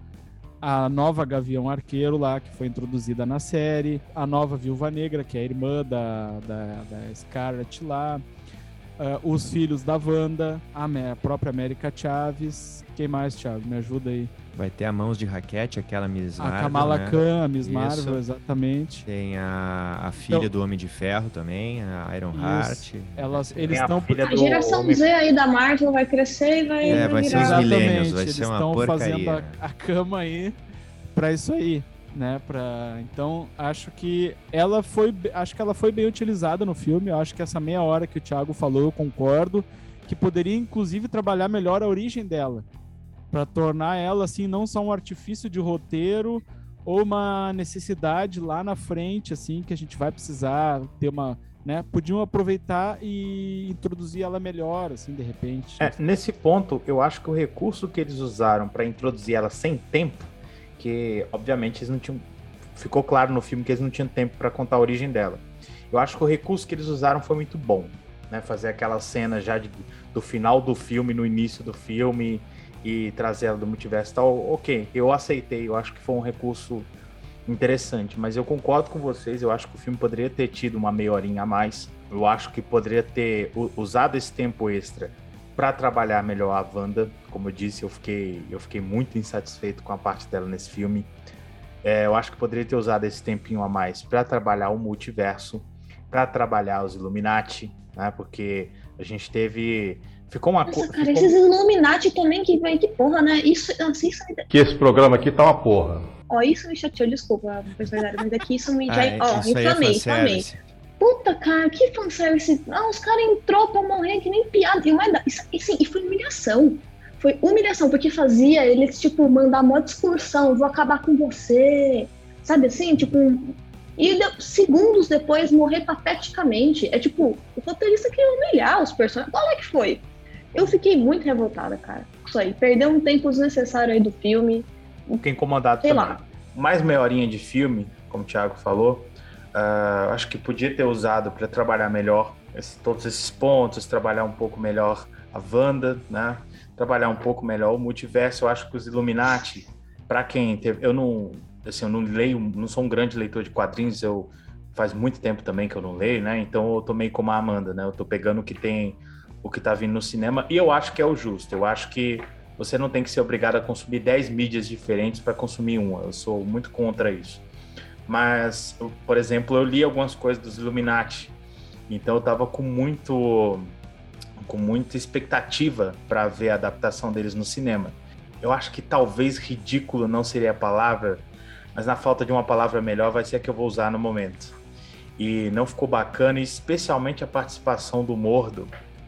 a nova Gavião Arqueiro lá, que foi introduzida na série, a nova Viúva Negra, que é a irmã da, da, da Scarlet lá, uh, os filhos da Wanda, a, a própria América Chaves. Quem mais, Thiago? Me ajuda aí.
Vai ter a Mãos de Raquete, aquela Miss
A
Marvel,
Kamala
né?
Khan, a Miss
Isso.
Marvel, exatamente.
Tem a, a filha
Então-
do Homem de Ferro também, a Iron
Isso.
Heart.
Elas, eles
Tem a
estão
filha
A
do
geração
Homem-
Z aí da Marvel vai crescer e vai,
É, vai ser os
virar...
millennials, vai
eles
ser uma
estão
porcaria,
fazendo a,
né?
a cama aí pra isso aí, né? Pra... Então, acho que ela foi, be- acho que ela foi bem utilizada no filme. Eu acho que essa meia hora que o Thiago falou, eu concordo, que poderia inclusive trabalhar melhor a origem dela, pra tornar ela assim não só um artifício de roteiro ou uma necessidade lá na frente, assim, que a gente vai precisar ter uma, né? Podiam aproveitar e introduzir ela melhor, assim, de repente.
É, nesse ponto, eu acho que o recurso que eles usaram para introduzir ela sem tempo, que obviamente eles não tinham. Ficou claro no filme que eles não tinham tempo para contar a origem dela. Eu acho que o recurso que eles usaram foi muito bom, né? Fazer aquela cena já de, do final do filme, no início do filme, e trazer ela do multiverso e tal. Ok, eu aceitei, eu acho que foi um recurso interessante, mas eu concordo com vocês, eu acho que o filme poderia ter tido uma meia horinha a mais. Eu acho que poderia ter u- usado esse tempo extra para trabalhar melhor a Wanda. Como eu disse, eu fiquei, eu fiquei muito insatisfeito com a parte dela nesse filme. É, eu acho que poderia ter usado esse tempinho a mais para trabalhar o multiverso, para trabalhar os Illuminati, né? Porque a gente teve... Ficou uma
Nossa,
co-
cara,
ficou-
esses Illuminati também, que, que porra, né? Isso, assim, isso, me-
Que esse programa aqui tá uma porra.
ó, isso me chateou, desculpa, personagem, mas aqui isso me já...
Ah,
ó,
isso aí é
inflamei, inflamei.
fanservice.
Puta, cara, que fanservice. Ah, os caras entrou pra morrer que nem piada. E, não é da- isso, assim, e foi humilhação. Foi humilhação, porque fazia eles, tipo, mandar mó discursão, vou acabar com você. Sabe assim? Tipo, um- e de- segundos depois morrer pateticamente. É tipo, o roteirista queria humilhar os personagens. Qual é que foi? Eu fiquei muito revoltada, cara. Isso aí, perdeu um tempo desnecessário aí do filme.
Fiquei incomodado
Sei
também.
lá.
Mais meia horinha de filme, como o Thiago falou, ah, acho que podia ter usado para trabalhar melhor esse- todos esses pontos, trabalhar um pouco melhor a Wanda, né? Trabalhar um pouco melhor o multiverso. Eu acho que os Illuminati, para quem teve, eu não, assim, eu não leio, não sou um grande leitor de quadrinhos, eu faz muito tempo também que eu não leio, né? Então eu tô meio como a Amanda, né? Eu tô pegando o que tem, o que tá vindo no cinema, e eu acho que é o justo. Eu acho que você não tem que ser obrigado a consumir dez mídias diferentes para consumir uma. Eu sou muito contra isso. Mas, eu, por exemplo, eu li algumas coisas dos Illuminati, então eu tava com muito com muita expectativa para ver a adaptação deles no cinema. Eu acho que talvez ridículo não seria a palavra, mas na falta de uma palavra melhor vai ser a que eu vou usar no momento. E não ficou bacana, especialmente a participação do Mordo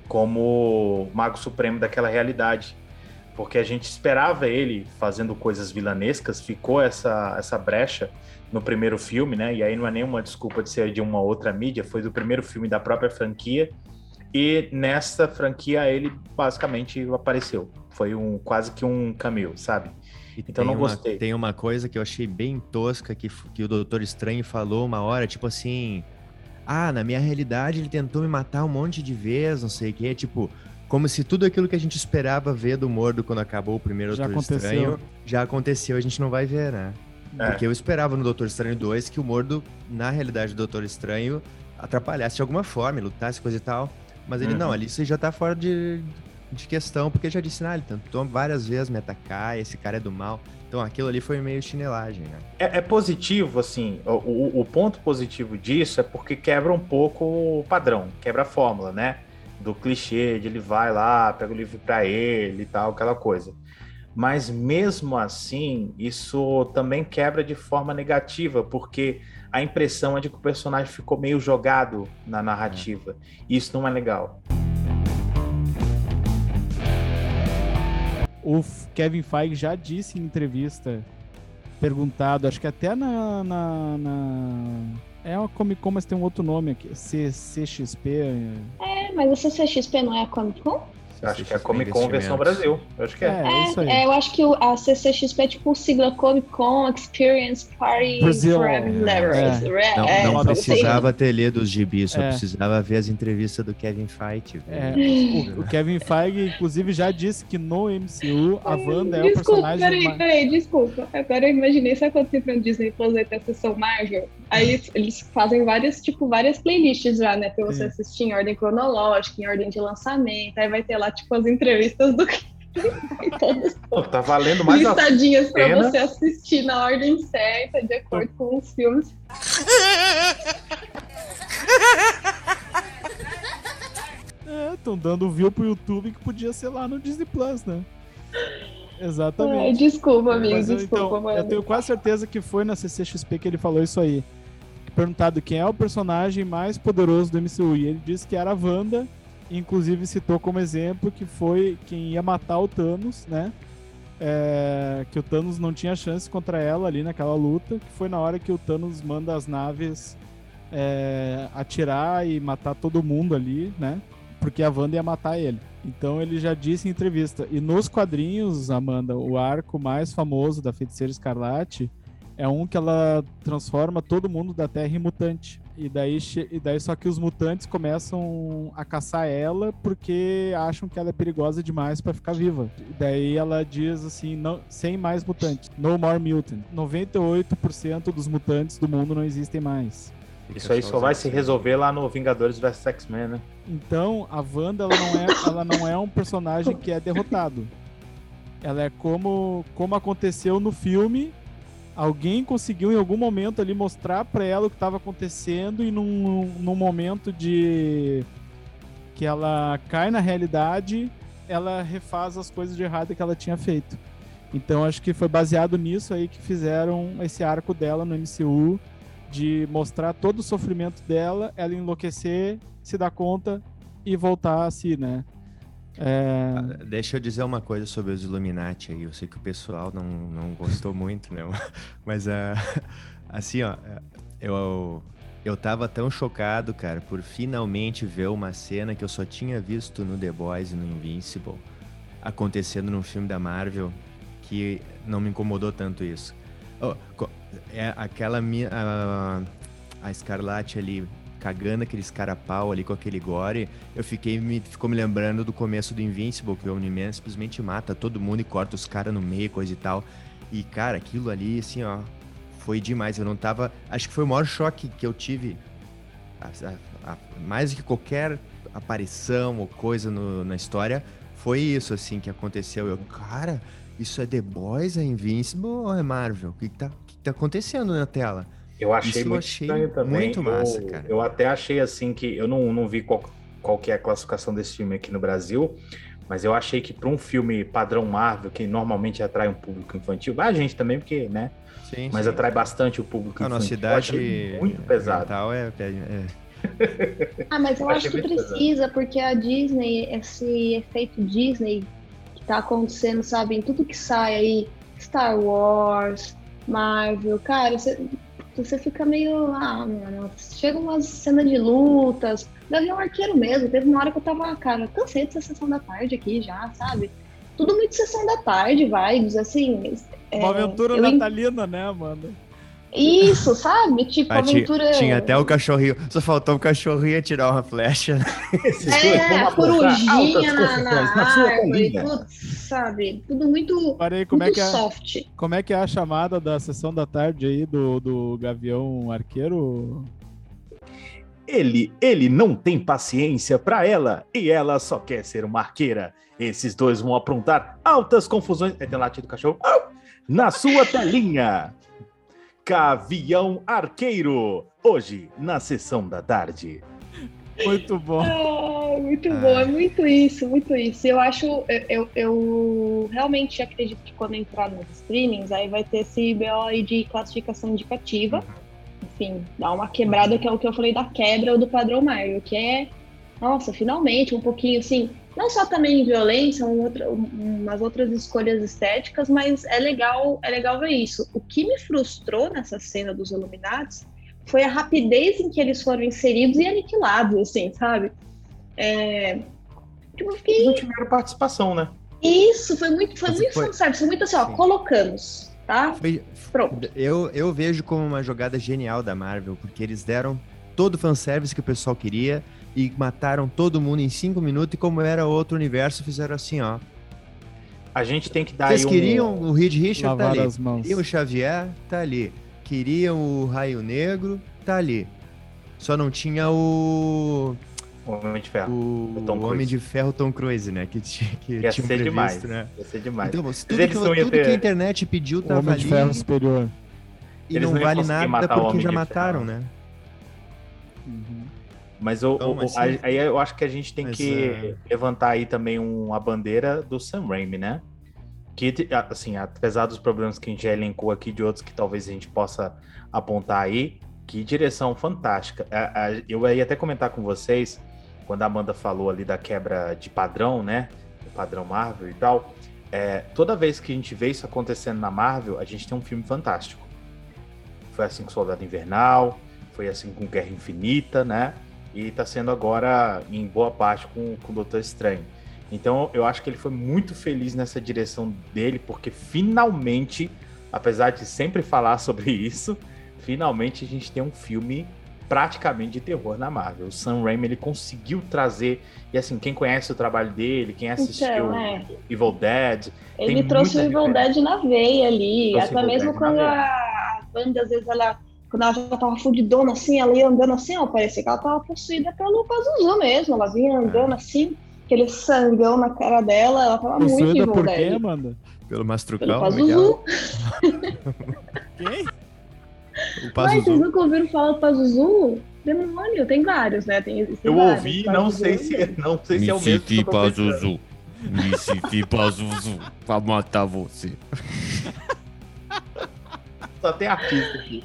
como Mago Supremo daquela realidade, porque a gente esperava ele fazendo coisas vilanescas, ficou essa, essa brecha no primeiro filme, né? E aí não é nenhuma desculpa de ser de uma outra mídia, foi do primeiro filme da própria franquia, e nessa franquia ele basicamente apareceu. Foi um, quase que um cameo, sabe?
E
Então
tem
não
uma,
gostei.
Tem uma coisa que eu achei bem tosca que, que o Doutor Estranho falou uma hora, tipo assim... Ah, na minha realidade ele tentou me matar um monte de vezes, não sei o quê. Tipo, como se tudo aquilo que a gente esperava ver do Mordo quando acabou o primeiro
Já
Doutor
aconteceu.
Estranho já aconteceu, a gente não vai ver, né?
É.
Porque eu esperava no Doutor Estranho dois que o Mordo, na realidade do Doutor Estranho, atrapalhasse de alguma forma, lutasse, coisa e tal. Mas ele
Uhum.
não, ali você já tá fora de... de questão, porque já disse, ah, ele tentou várias vezes me atacar, esse cara é do mal. Então aquilo ali foi meio chinelagem, né?
É, é positivo, assim, o, o, o ponto positivo disso é porque quebra um pouco o padrão, quebra a fórmula, né? Do clichê de ele vai lá, pega o livro pra ele e tal, aquela coisa. Mas mesmo assim, isso também quebra de forma negativa, porque a impressão é de que o personagem ficou meio jogado na narrativa. É. Isso não é legal.
O Kevin Feige já disse em entrevista, perguntado, acho que até na... na, na... É uma Comic Con, mas tem um outro nome aqui, C C X P.
É, mas a C C X P não é a Comic Con?
Eu acho que é a Comic Con versão Brasil. Eu acho que é.
É,
é,
isso aí.
É, eu acho que a C C X P é tipo o sigla Comic Con Experience Party
Brasil.
Travelers.
É.
Não,
É,
não
é,
precisava ter lido os gibis, só
É.
precisava ver as entrevistas do Kevin Feige.
É, o, o Kevin Feige, inclusive, já disse que no M C U a Wanda é o
Desculpa,
personagem...
peraí,
mais...
peraí, desculpa. Agora eu imaginei, sabe quando você entra no Disney Plus aí tem a sessão Marvel? Aí eles fazem várias, tipo, várias playlists já, né? Pra você
Sim.
assistir em ordem cronológica, em ordem de lançamento. Aí vai ter lá, tipo, as entrevistas do todas
Pô, tá valendo mais a
listadinhas pra
pena.
você assistir na ordem certa, de acordo com os filmes.
É, estão dando view pro YouTube que podia ser lá no Disney Plus, né?
Ai,
Exatamente.
desculpa, amigo,
Mas eu,
desculpa,
então,
mano.
eu tenho quase certeza que foi na C C X P que ele falou isso aí. Perguntado quem é o personagem mais poderoso do M C U. E ele disse que era a Wanda. Inclusive citou como exemplo que foi quem ia matar o Thanos, né? É, que o Thanos não tinha chance contra ela ali naquela luta. Que foi na hora que o Thanos manda as naves é, atirar e matar todo mundo ali, né? Porque a Wanda ia matar ele. Então ele já disse em entrevista. E nos quadrinhos, Amanda, o arco mais famoso da Feiticeira Escarlate é um que ela transforma todo mundo da Terra em mutante. E daí, e daí só que os mutantes começam a caçar ela porque acham que ela é perigosa demais para ficar viva. E daí ela diz assim, não, sem mais mutantes. No more mutant. noventa e oito por cento dos mutantes do mundo não existem mais.
Isso aí só vai se resolver lá no Vingadores versus X-Men, né?
Então, a Wanda ela não, é, ela não é um personagem que é derrotado. Ela é como, como aconteceu no filme. Alguém conseguiu em algum momento ali mostrar pra ela o que estava acontecendo e num, num momento de que ela cai na realidade, ela refaz as coisas de errado que ela tinha feito. Então acho que foi baseado nisso aí que fizeram esse arco dela no M C U, de mostrar todo o sofrimento dela, ela enlouquecer, se dar conta e voltar a si, né? É...
Deixa eu dizer uma coisa sobre os Illuminati aí. Eu sei que o pessoal não, não gostou muito, né? Mas, uh, assim, ó, eu, eu tava tão chocado, cara, por finalmente ver uma cena que eu só tinha visto no The Boys e no Invincible acontecendo num filme da Marvel, que não me incomodou tanto isso. Oh, é aquela a, a Escarlate ali cagando aqueles cara-pau ali com aquele gore, eu fiquei me, ficou me lembrando do começo do Invincible, que o Omni-Man simplesmente mata todo mundo e corta os caras no meio, coisa e tal. E, cara, aquilo ali, assim, ó, foi demais. Eu não tava... Acho que foi o maior choque que eu tive, a, a, a, mais do que qualquer aparição ou coisa no, na história, foi isso, assim, que aconteceu. Eu, cara, isso é The Boys, é Invincible ou é Marvel? O que que tá, o que que tá acontecendo na tela?
Eu achei
Isso
muito
eu achei
estranho também.
muito massa,
eu,
cara.
Eu até achei assim que... Eu não, não vi qual, qual que é a classificação desse filme aqui no Brasil, mas eu achei que para um filme padrão Marvel, que normalmente atrai um público infantil, vai a gente também, porque, né?
Sim,
mas
sim.
atrai bastante o público
A
infantil.
nossa idade
Eu achei muito pesado.
mental é... é...
Ah, mas eu
Eu
acho
achei
que
muito
precisa, porque a Disney, esse efeito Disney que tá acontecendo, sabe, em tudo que sai aí, Star Wars, Marvel, cara, você, você fica meio, ah, mano, chega umas cenas de lutas, Gavião Arqueiro mesmo, teve uma hora que eu tava, cara, cansei de ser sessão da tarde aqui já, sabe? Tudo muito sessão da tarde, vibes, assim...
Uma
é,
aventura
eu...
natalina, né, Amanda?
Isso, sabe? Tipo,
Ah, tinha,
aventura...
tinha até o cachorrinho. Só faltou o cachorrinho tirar uma flecha.
É, a corujinha na, na
sua
árvore,
colinha.
tudo, sabe? Tudo muito,
Parei, como
muito
é que é?
soft.
Como é que é a chamada da sessão da tarde aí do, do Gavião Arqueiro?
Ele, ele não tem paciência pra ela e ela só quer ser uma arqueira. Esses dois vão aprontar altas confusões. É, tem latido do cachorro. Au! Na sua telinha. Gavião Arqueiro. Hoje, na sessão da tarde.
Muito bom.
Ah, muito
Ah.
bom, é muito isso, muito isso. Eu acho, eu, eu, eu realmente acredito que quando entrar nos streamings, aí vai ter esse B O aí de classificação indicativa. Enfim, dá uma quebrada, que é o que eu falei da quebra do padrão Marvel, que é, nossa, finalmente, um pouquinho assim, não só também em violência, um outra, um, umas outras escolhas estéticas, mas é legal, é legal ver isso. O que me frustrou nessa cena dos Illuminates foi a rapidez em que eles foram inseridos e aniquilados, assim, sabe? É... Tipo, eu fiquei...
Eles não tiveram participação, né?
Isso, foi muito, foi
Mas
muito
foi-
fanservice, foi muito assim, ó,
Sim.
colocamos, tá?
Foi-
Pronto.
Eu, eu vejo como uma jogada genial da Marvel, porque eles deram todo o fanservice que o pessoal queria e mataram todo mundo em cinco minutos, e como era outro universo, fizeram assim, ó.
A gente tem que dar
Vocês
aí um...
queriam o Reed Richards, tá
Lavar
ali.
as mãos.
Queriam o Xavier, tá ali. Queriam o Raio Negro, tá ali. Só não tinha o...
um Homem de Ferro.
O,
O Tom
o Homem
Cruise.
de Ferro Tom Cruise, né? Que, tinha, que
Ia
tinham
ser
previsto,
demais.
né?
Ia ser demais.
Então,
Mas
tudo, que,
eles não iam
tudo
ter-
que a internet pediu
O
tava
Homem de
ali
Ferro Superior.
e
Eles
não
não iam
vale
conseguir
nada
matar o
porque
Homem
já
de
mataram,
Ferro.
né?
Uhum.
Mas, o,
Então,
o-
mas
aí
sim.
aí eu acho que a gente tem
Mas,
que
é.
levantar aí também um, a bandeira do Sam Raimi, né? Que, assim, apesar dos problemas que a gente já elencou aqui, de outros que talvez a gente possa apontar aí, que direção fantástica. A- a- Eu ia até comentar com vocês, quando a Amanda falou ali da quebra de padrão, né? O padrão Marvel e tal. É, toda vez que a gente vê isso acontecendo na Marvel, a gente tem um filme fantástico. Foi assim com Soldado Invernal, foi assim com Guerra Infinita, né? E tá sendo agora, em boa parte, com, com o Doutor Estranho. Então, eu acho que ele foi muito feliz nessa direção dele, porque finalmente, apesar de sempre falar sobre isso, finalmente a gente tem um filme praticamente de terror na Marvel. O Sam Raimi, ele conseguiu trazer, e assim, quem conhece o trabalho dele, quem assistiu
Então, é.
Evil Dead,
Ele
tem
trouxe o
muita
Evil
diferença.
Dead na veia ali.
Trouxe
Até
Evil
mesmo
Dead na
quando
veia.
a, a Wanda, às vezes, ela. Quando ela já tava fudidona assim, ela ia andando assim, ó. Parecia que ela tava possuída pelo Pazuzu mesmo. Ela vinha andando assim, aquele sangão na cara dela, ela tava muito
Possuída
Evil
por quê,
Dead.
Amanda?
Pelo
Pelo
Mastrucal,
Pazuzu.
Quem?
o
Mas vocês
Pazuzu.
nunca ouviram falar do Pazuzu? Demônio, tem vários, né? Tem, tem
Eu
vários,
ouvi,
Pazuzu
não sei
é
se,
mesmo.
não sei se é o mesmo que eu tô pensando.
Mississippi Pazuzu. Pra matar você.
Só tem artista aqui.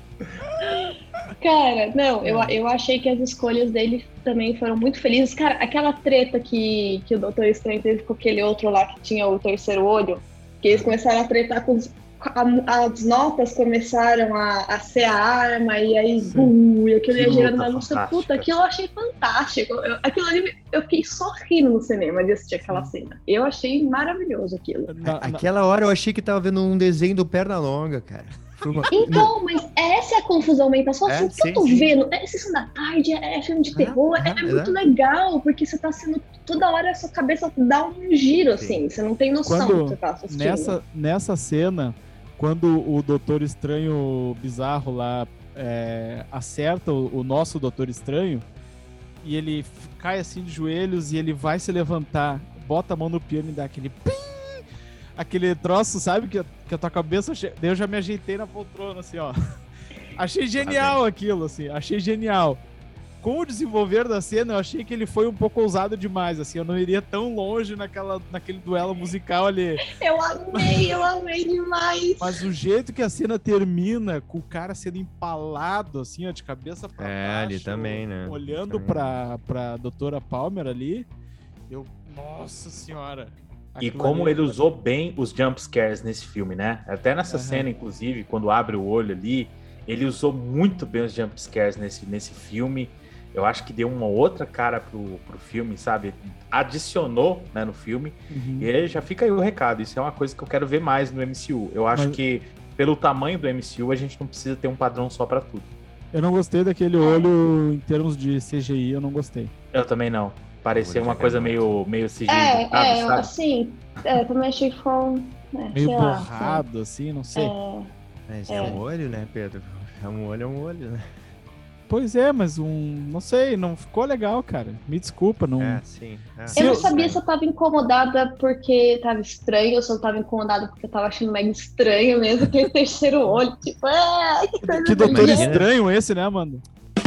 Cara, não, eu, eu achei que as escolhas dele também foram muito felizes. Cara, aquela treta que, que o Doutor Estranho teve com aquele outro lá que tinha o terceiro olho, que eles começaram a tretar com os, a- as notas começaram a, a ser a arma, e aí,
Sim.
uh, e aquilo
Que
ia gerando
luta
uma luta.
fantástica.
Puta, aquilo eu achei fantástico. Eu, aquilo ali, eu fiquei só rindo no cinema de assistir aquela cena. Eu achei maravilhoso aquilo.
Na- na-
Aquela hora eu achei que tava vendo um desenho do Pernalonga, cara. Foi uma-
Então, mas essa é a confusão mental. Só
É,
assim, o que
sim,
eu tô
sim.
vendo? É sessão da tarde, é, é filme de
Ah,
terror, é,
ah,
é muito
exato.
legal, porque você tá sendo. Toda hora a sua cabeça dá um giro,
Sim.
assim. Você não tem noção
Quando-
do que você tá assistindo.
Nessa, nessa cena, quando o Doutor Estranho bizarro lá é, acerta o, o nosso Doutor Estranho e ele f- cai assim de joelhos e ele vai se levantar, bota a mão no piano e dá aquele pim, aquele troço, sabe? Que, a- que a tua cabeça. che- Daí eu já me ajeitei na poltrona, assim, ó. Achei genial aquilo, assim, achei genial. Com o desenvolver da cena, eu achei que ele foi um pouco ousado demais, assim, eu não iria tão longe naquela, naquele duelo musical ali.
Eu amei, eu amei demais.
Mas o jeito que a cena termina, com o cara sendo empalado, assim, ó, de cabeça pra
É,
baixo,
ali também, né?
olhando
Também.
pra, pra doutora Palmer ali, eu, nossa senhora.
E
Aquilo
como
ali-
ele usou bem os jump scares nesse filme, né? Até nessa
Aham.
cena, inclusive, quando abre o olho ali, ele usou muito bem os jump scares nesse, nesse filme. Eu acho que deu uma outra cara pro, pro filme, sabe? Adicionou, né, no filme.
Uhum.
E aí já fica aí o recado. Isso é uma coisa que eu quero ver mais no M C U. Eu acho
Mas-
que, pelo tamanho do M C U, a gente não precisa ter um padrão só pra tudo.
Eu não gostei daquele olho em termos de C G I, eu não gostei.
Eu também não. Parecia
O olho
uma
já
coisa
é
meio, meio C G I,
É,
editado,
é,
sabe?
assim, é, também achei que foi. É,
Meio
sei lá,
borrado, assim, não sei.
assim, é,
Mas é.
É.
um olho, né, Pedro? É um olho, é um olho, né?
Pois é, mas um. Não sei, não ficou legal, cara. Me desculpa, não.
É, sim. É.
Se
Eu não
eu-
sabia se eu tava incomodada porque tava estranho ou se eu tava incomodada porque eu tava achando mega estranho mesmo aquele terceiro olho. Tipo, ai, que coisa
Que doutor
Imagina.
estranho esse, né, Amanda?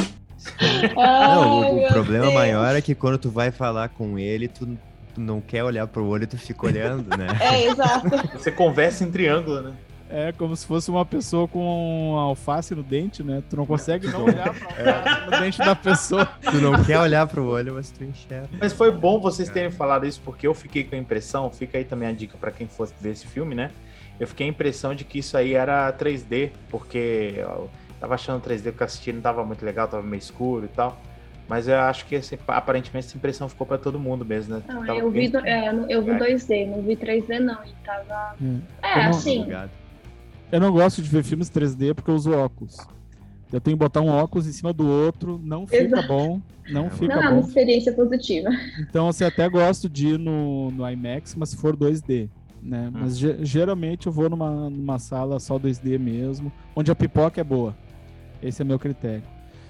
Não, o, o
meu
problema
Deus.
maior é que quando tu vai falar com ele, tu, tu não quer olhar pro olho, tu fica olhando, né?
É, exato.
Você conversa em triângulo, né?
É como se fosse uma pessoa com alface no dente, né? Tu não consegue não olhar pra alface no dente da pessoa.
Tu não quer olhar pro olho, mas tu enxerga.
Mas foi bom vocês terem falado isso, porque eu fiquei com a impressão, fica aí também a dica pra quem fosse ver esse filme, né? Eu fiquei a impressão de que isso aí era três D, porque eu tava achando três D que eu assisti, não tava muito legal, tava meio escuro e tal. Mas eu acho que esse- aparentemente essa impressão ficou pra todo mundo mesmo, né?
Não,
Tava
eu vi,
bem-
do- é, eu vi dois D, não vi três D não. E tava. É,
Eu não-
assim.
Obrigado.
Eu não gosto de ver filmes três D porque eu uso óculos. Eu tenho que botar um óculos em cima do outro, não fica
Exato.
bom, não
Não,
fica
Não é uma
bom.
experiência positiva.
Então, assim, até gosto de ir no, no IMAX, mas se for dois D, né? Mas ge- geralmente eu vou numa, numa sala só dois D mesmo, onde a pipoca é boa. Esse é meu critério.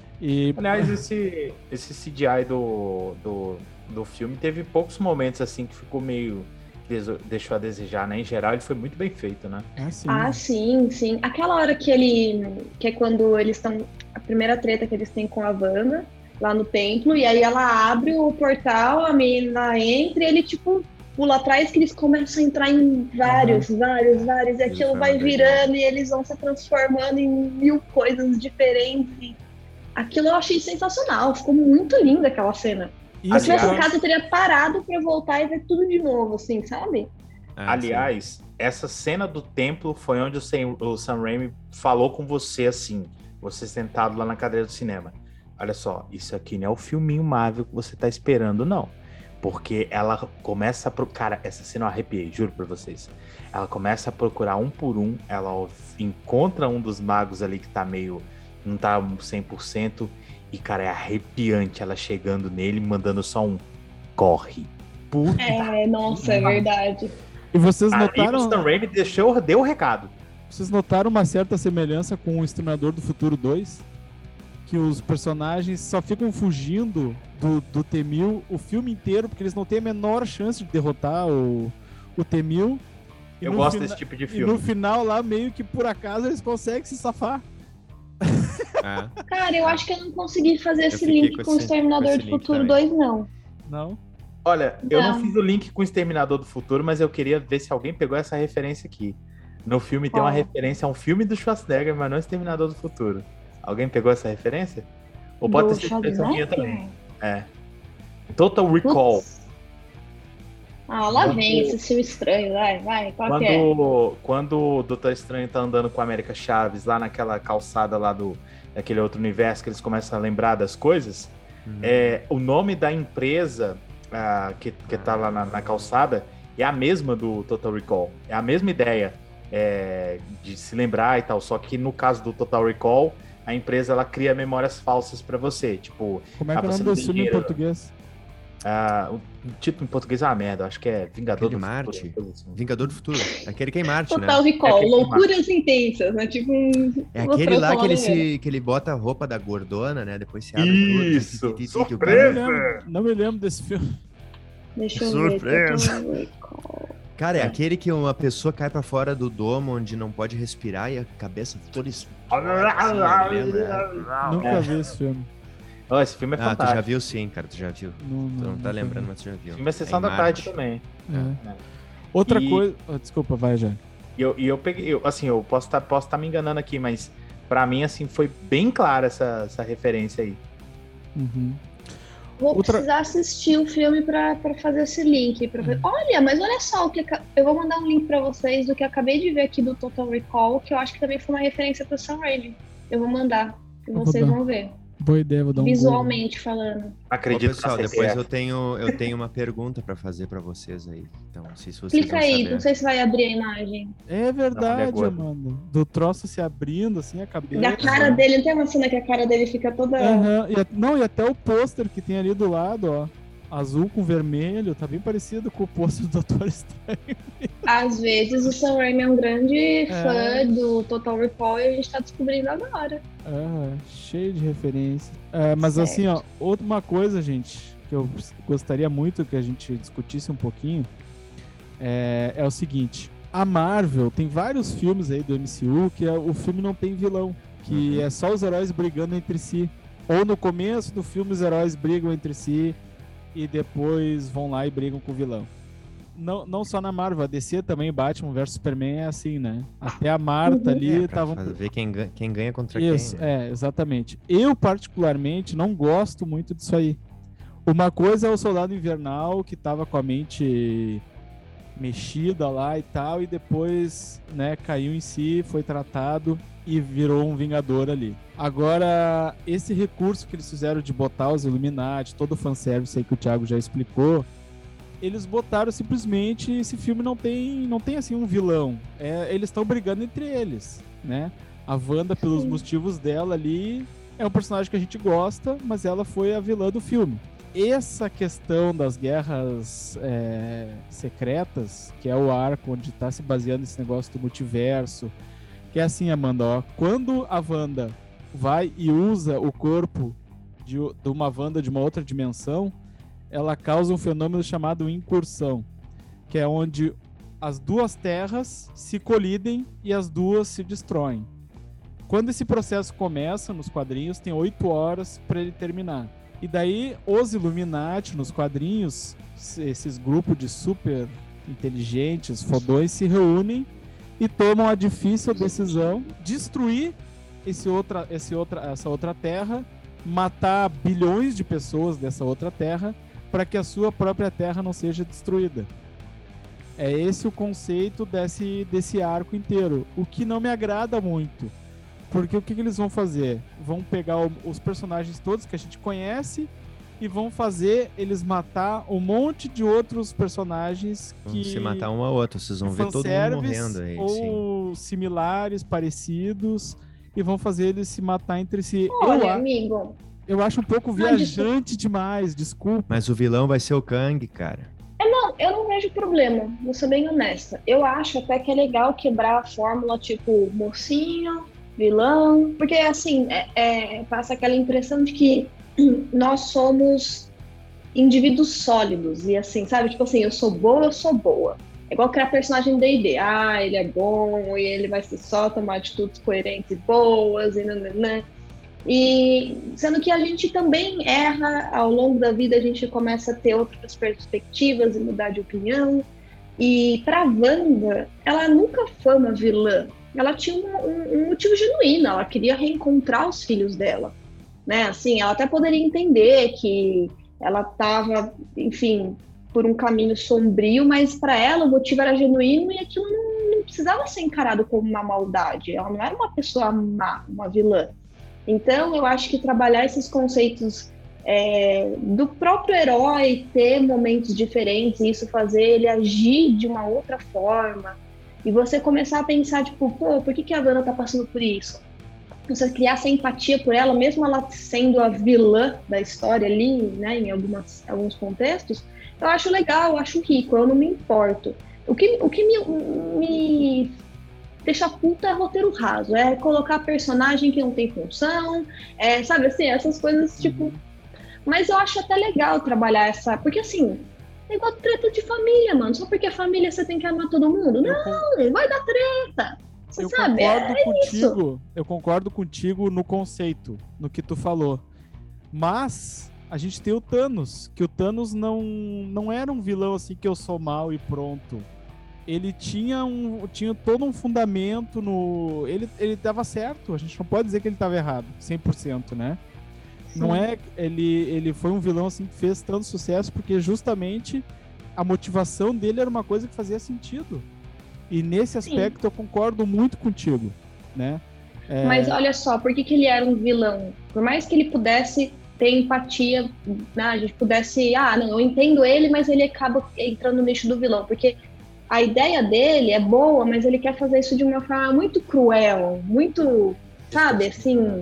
E
Aliás, esse, esse C G I do, do, do filme teve poucos momentos assim que ficou meio. deso- deixou a desejar, né? Em geral, ele foi muito bem feito, né?
é assim.
Ah, sim, sim. Aquela hora que ele. Que é quando eles estão. A primeira treta que eles têm com a Wanda, lá no templo, e aí ela abre o portal, a menina entra e ele, tipo, pula atrás que eles começam a entrar em vários, vários, vários, e aquilo
foi
vai
uma doideira.
virando e eles vão se transformando em mil coisas diferentes. E aquilo eu achei sensacional, ficou muito linda aquela cena. Se eu
Isso,
tivesse
Aliás-
em casa, eu teria parado pra voltar e ver tudo de novo, assim, sabe?
Ah,
Aliás, essa cena do templo foi onde o Sam, o Sam Raimi falou com você assim, você sentado lá na cadeira do cinema. Olha só, isso aqui não é o filminho Marvel que você tá esperando, não. Porque ela começa a... Pro... Cara, essa cena eu arrepiei, juro pra vocês. Ela começa a procurar um por um, ela encontra um dos magos ali que tá meio... Não tá cem por cento. E, cara, é arrepiante ela chegando nele, mandando só um... Corre. Puta.
É, nossa, é verdade.
E vocês
Aí o
notaram,
Sam Raimi deixou, deu o recado.
vocês notaram uma certa semelhança com o Exterminador do Futuro dois? Que os personagens só ficam fugindo do, do T mil o filme inteiro, porque eles não têm a menor chance de derrotar o, o T mil. E
Eu
no
gosto
fina-
desse tipo de
E
filme.
no final lá, meio que por acaso, eles conseguem se safar.
Ah,
Cara, eu acho que eu não consegui fazer esse
fiquei
link
com
com o
esse-
Exterminador
com
do
esse link
Futuro
também.
dois, não.
Não?
Olha, eu não
Não.
fiz o link com o Exterminador do Futuro, mas eu queria ver se alguém pegou essa referência aqui. No filme tem uma
Qual?
referência a um filme do Schwarzenegger, mas não Exterminador do Futuro. Alguém pegou essa referência? Ou pode
Do
ter sido impressão minha
Schwarzenegger?
também. É. Total Recall.
Putz. Ah, lá
Quando-
vem esse filme estranho, vai, vai, qual que é?
Quando, quando o Doutor Estranho tá andando com a América Chaves lá naquela calçada lá do daquele outro universo que eles começam a lembrar das coisas,
uhum.
é, o nome da empresa ah, que, que tá lá na, na calçada é a mesma do Total Recall. É a mesma ideia é, de se lembrar e tal, só que no caso do Total Recall, a empresa ela cria memórias falsas pra você. Tipo,
Como é
Ah,
que é o
você
nome
não
desse
tem
filme em
dinheiro.
português?
ah, o título em português é uma merda, acho que é Vingador
Aquele
do
Marte.
Futuro. coisa assim.
Vingador do Futuro. Aquele que é em Marte, né?
Total Recall,
É aquele
loucuras intensas, né? Tipo um...
É
uma
aquele lá que ele,
transformadora.
se, que ele bota a roupa da gordona, né? Depois se abre
Isso!
tudo. Ti, ti, ti, ti,
Não me,
Surpresa!
lembro, não me lembro desse filme.
Deixa eu
Surpresa.
ver. Total Recall.
Cara, é,
É.
aquele que uma pessoa cai pra fora do domo onde não pode respirar e a cabeça toda explode. assim, eu lembro, né?
Nunca
É.
vi esse filme.
Ó, esse filme é
Ah, tu
fantástico.
já viu sim, cara, tu já viu.
Não,
Tu não tá
nunca
lembrando,
vi.
mas tu já viu.
Esse filme é Sessão
em
da
Marte.
Tarde também.
É.
É.
Outra
E-
coisa. Ah, desculpa, vai já.
E eu, e eu peguei, eu, assim, eu posso estar posso tá me enganando aqui, mas pra mim, assim, foi bem clara essa, essa referência aí.
Uhum.
Vou
Outra-
precisar assistir o filme pra, pra fazer esse link. Pra ver. Olha, mas olha só, o que aca- eu vou mandar um link pra vocês do que eu acabei de ver aqui do Total Recall, que eu acho que também foi uma referência pro Sam Raimi. Eu vou mandar, e
Eu vou
vocês
dar.
vão ver.
Boa ideia, vou dar um Google.
Visualmente falando.
Acredito
Ô, pessoal,
que
depois eu tenho, eu tenho uma pergunta pra fazer pra vocês aí. Então, não sei se vocês
Clica
vão
aí,
saber.
não sei se vai abrir a imagem.
É verdade,
Não, é
Amanda. Do troço se abrindo, assim, a cabeça.
Da cara dele, não tem uma cena que a cara dele fica toda.
Aham, e a- não, e até o pôster que tem ali do lado, ó. azul com vermelho, tá bem parecido com o pôster do Doutor Estranho.
Às vezes o Sam Raimi é um grande
É.
fã do Total Recall e a gente tá descobrindo agora.
Ah, cheio de referência. É, mas
Certo.
assim, ó, outra coisa, gente, que eu gostaria muito que a gente discutisse um pouquinho é, é o seguinte: a Marvel tem vários filmes aí do M C U que é, o filme não tem vilão, que
Uhum.
é só os heróis brigando entre si. Ou no começo do filme os heróis brigam entre si e depois vão lá e brigam com o vilão. Não, não só na Marvel, a D C também, Batman versus Superman é assim, né? Até a Marta
Uhum.
ali
É, pra
tava...
fazer- ver quem, ganha- quem ganha contra
Isso,
quem. Né?
é, exatamente. Eu, particularmente, não gosto muito disso aí. Uma coisa é o Soldado Invernal, que tava com a mente mexida lá e tal, e depois, né, caiu em si, foi tratado e virou um Vingador ali. Agora, esse recurso que eles fizeram de botar os Illuminati, todo o fanservice aí que o Thiago já explicou, eles botaram simplesmente, esse filme não tem, não tem assim um vilão. É, eles estão brigando entre eles, né? A Wanda, pelos
Sim.
motivos dela ali, é um personagem que a gente gosta, mas ela foi a vilã do filme. Essa questão das guerras é, secretas, que é o arco onde está se baseando esse negócio do multiverso, que é assim, Amanda, ó, quando a Wanda vai e usa o corpo de, de uma Wanda de uma outra dimensão, ela causa um fenômeno chamado incursão, que é onde as duas terras se colidem e as duas se destroem. Quando esse processo começa nos quadrinhos, tem oito horas para ele terminar. E daí os Illuminati nos quadrinhos, esses grupos de super inteligentes, fodões, se reúnem e tomam a difícil decisão de destruir esse outra, esse outra, essa outra terra, matar bilhões de pessoas dessa outra terra para que a sua própria terra não seja destruída. É esse o conceito desse, desse arco inteiro, o que não me agrada muito. Porque o que, que eles vão fazer? Vão pegar o, os personagens todos que a gente conhece e vão fazer eles matar um monte de outros personagens
Vão
que...
se matar um ao outro, vocês vão ver todo mundo morrendo aí. Sim.
ou similares, parecidos, e vão fazer eles se matar entre si.
Olha,
eu, a-
amigo,
eu acho um pouco
Não,
viajante demais, desculpa.
Mas o vilão vai ser o Kang, cara.
não, eu não vejo problema, vou ser bem honesta. Eu acho até que é legal quebrar a fórmula, tipo, mocinho, vilão, porque assim, é, é, passa aquela impressão de que nós somos indivíduos sólidos, e assim, sabe? Tipo assim, eu sou boa, eu sou boa. É igual criar personagem D e D. Ah, ele é bom, e ele vai ser só tomar atitudes coerentes e boas, e nananã. E sendo que a gente também erra, ao longo da vida a gente começa a ter outras perspectivas e mudar de opinião. E pra Wanda, ela nunca foi uma vilã. Ela tinha um, um, um motivo genuíno, ela queria reencontrar os filhos dela. Né? Assim, ela até poderia entender que ela estava, enfim, por um caminho sombrio, mas para ela o motivo era genuíno e aquilo não, não precisava ser encarado como uma maldade. Ela não era uma pessoa má, uma vilã. Então, eu acho que trabalhar esses conceitos é, do próprio herói ter momentos diferentes e isso fazer ele agir de uma outra forma e você começar a pensar, tipo, pô, por que, que a Wanda tá passando por isso? Você criar essa empatia por ela, mesmo ela sendo a vilã da história ali, né, em algumas, alguns contextos, eu acho legal, eu acho rico, eu não me importo. O que, o que me, me deixa puta é roteiro raso, é colocar personagem que não tem função, é, sabe assim, essas coisas, tipo... Mas eu acho até legal trabalhar essa... Porque, assim, é igual treta de família, mano. Só porque é família você tem que amar todo mundo?
Eu
Não, vai dar treta. Você
Eu
sabe?
concordo
É
contigo. Eu concordo contigo no conceito, no que tu falou. Mas a gente tem o Thanos, que o Thanos não, não era um vilão assim que eu sou mal e pronto. Ele tinha um tinha todo um fundamento no ele ele dava certo, a gente não pode dizer que ele estava errado, cem por cento, né?
Sim.
Não é ele ele foi um vilão assim que fez tanto sucesso porque justamente a motivação dele era uma coisa que fazia sentido. E nesse aspecto Sim. eu concordo muito contigo, né? É...
Mas olha só, por que, que ele era um vilão? Por mais que ele pudesse ter empatia, né? A gente pudesse, ah, não, eu entendo ele, mas ele acaba entrando no nicho do vilão, porque a ideia dele é boa, mas ele quer fazer isso de uma forma muito cruel, muito, sabe, assim,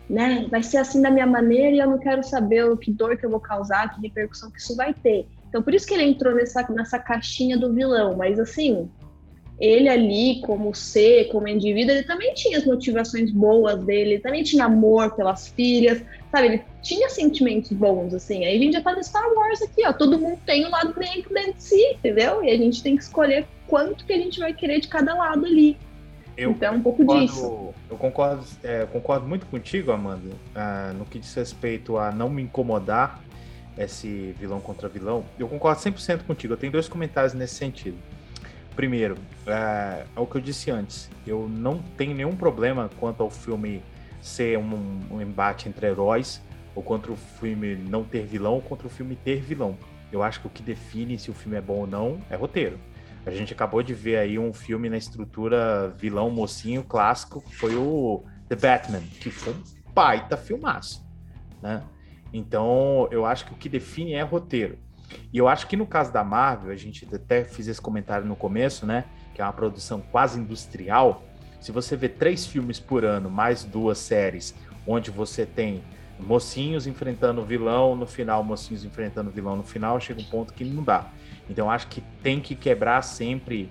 né? Vai ser assim da minha maneira e eu não quero saber o que dor que eu vou causar, que repercussão que isso vai ter. Então, por isso que ele entrou nessa, nessa caixinha do vilão. Mas, assim, ele ali, como ser, como indivíduo, ele também tinha as motivações boas dele, ele também tinha amor pelas filhas, sabe? Ele tinha sentimentos bons, assim. Aí a gente já tá no Star Wars aqui, ó. Todo mundo tem um lado negro dentro de si, entendeu? E a gente tem que escolher quanto que a gente vai querer de cada lado ali.
Eu
então, é um pouco
concordo,
disso.
Eu concordo, é, concordo muito contigo, Amanda, uh, no que diz respeito a não me incomodar esse vilão contra vilão. Eu concordo cem por cento contigo. Eu tenho dois comentários nesse sentido. Primeiro, é, é o que eu disse antes. Eu não tenho nenhum problema quanto ao filme ser um, um embate entre heróis, ou contra o filme não ter vilão, ou contra o filme ter vilão. Eu acho que o que define se o filme é bom ou não é roteiro. A gente acabou de ver aí um filme na estrutura vilão mocinho clássico, que foi o The Batman, que foi um baita filmaço, né? Então, eu acho que o que define é roteiro. E eu acho que no caso da Marvel, a gente até fez esse comentário no começo, né? Que é uma produção quase industrial. Se você vê três filmes por ano, mais duas séries, onde você tem mocinhos enfrentando o vilão, no final, mocinhos enfrentando o vilão no final, chega um ponto que não dá. Então, eu acho que tem que quebrar sempre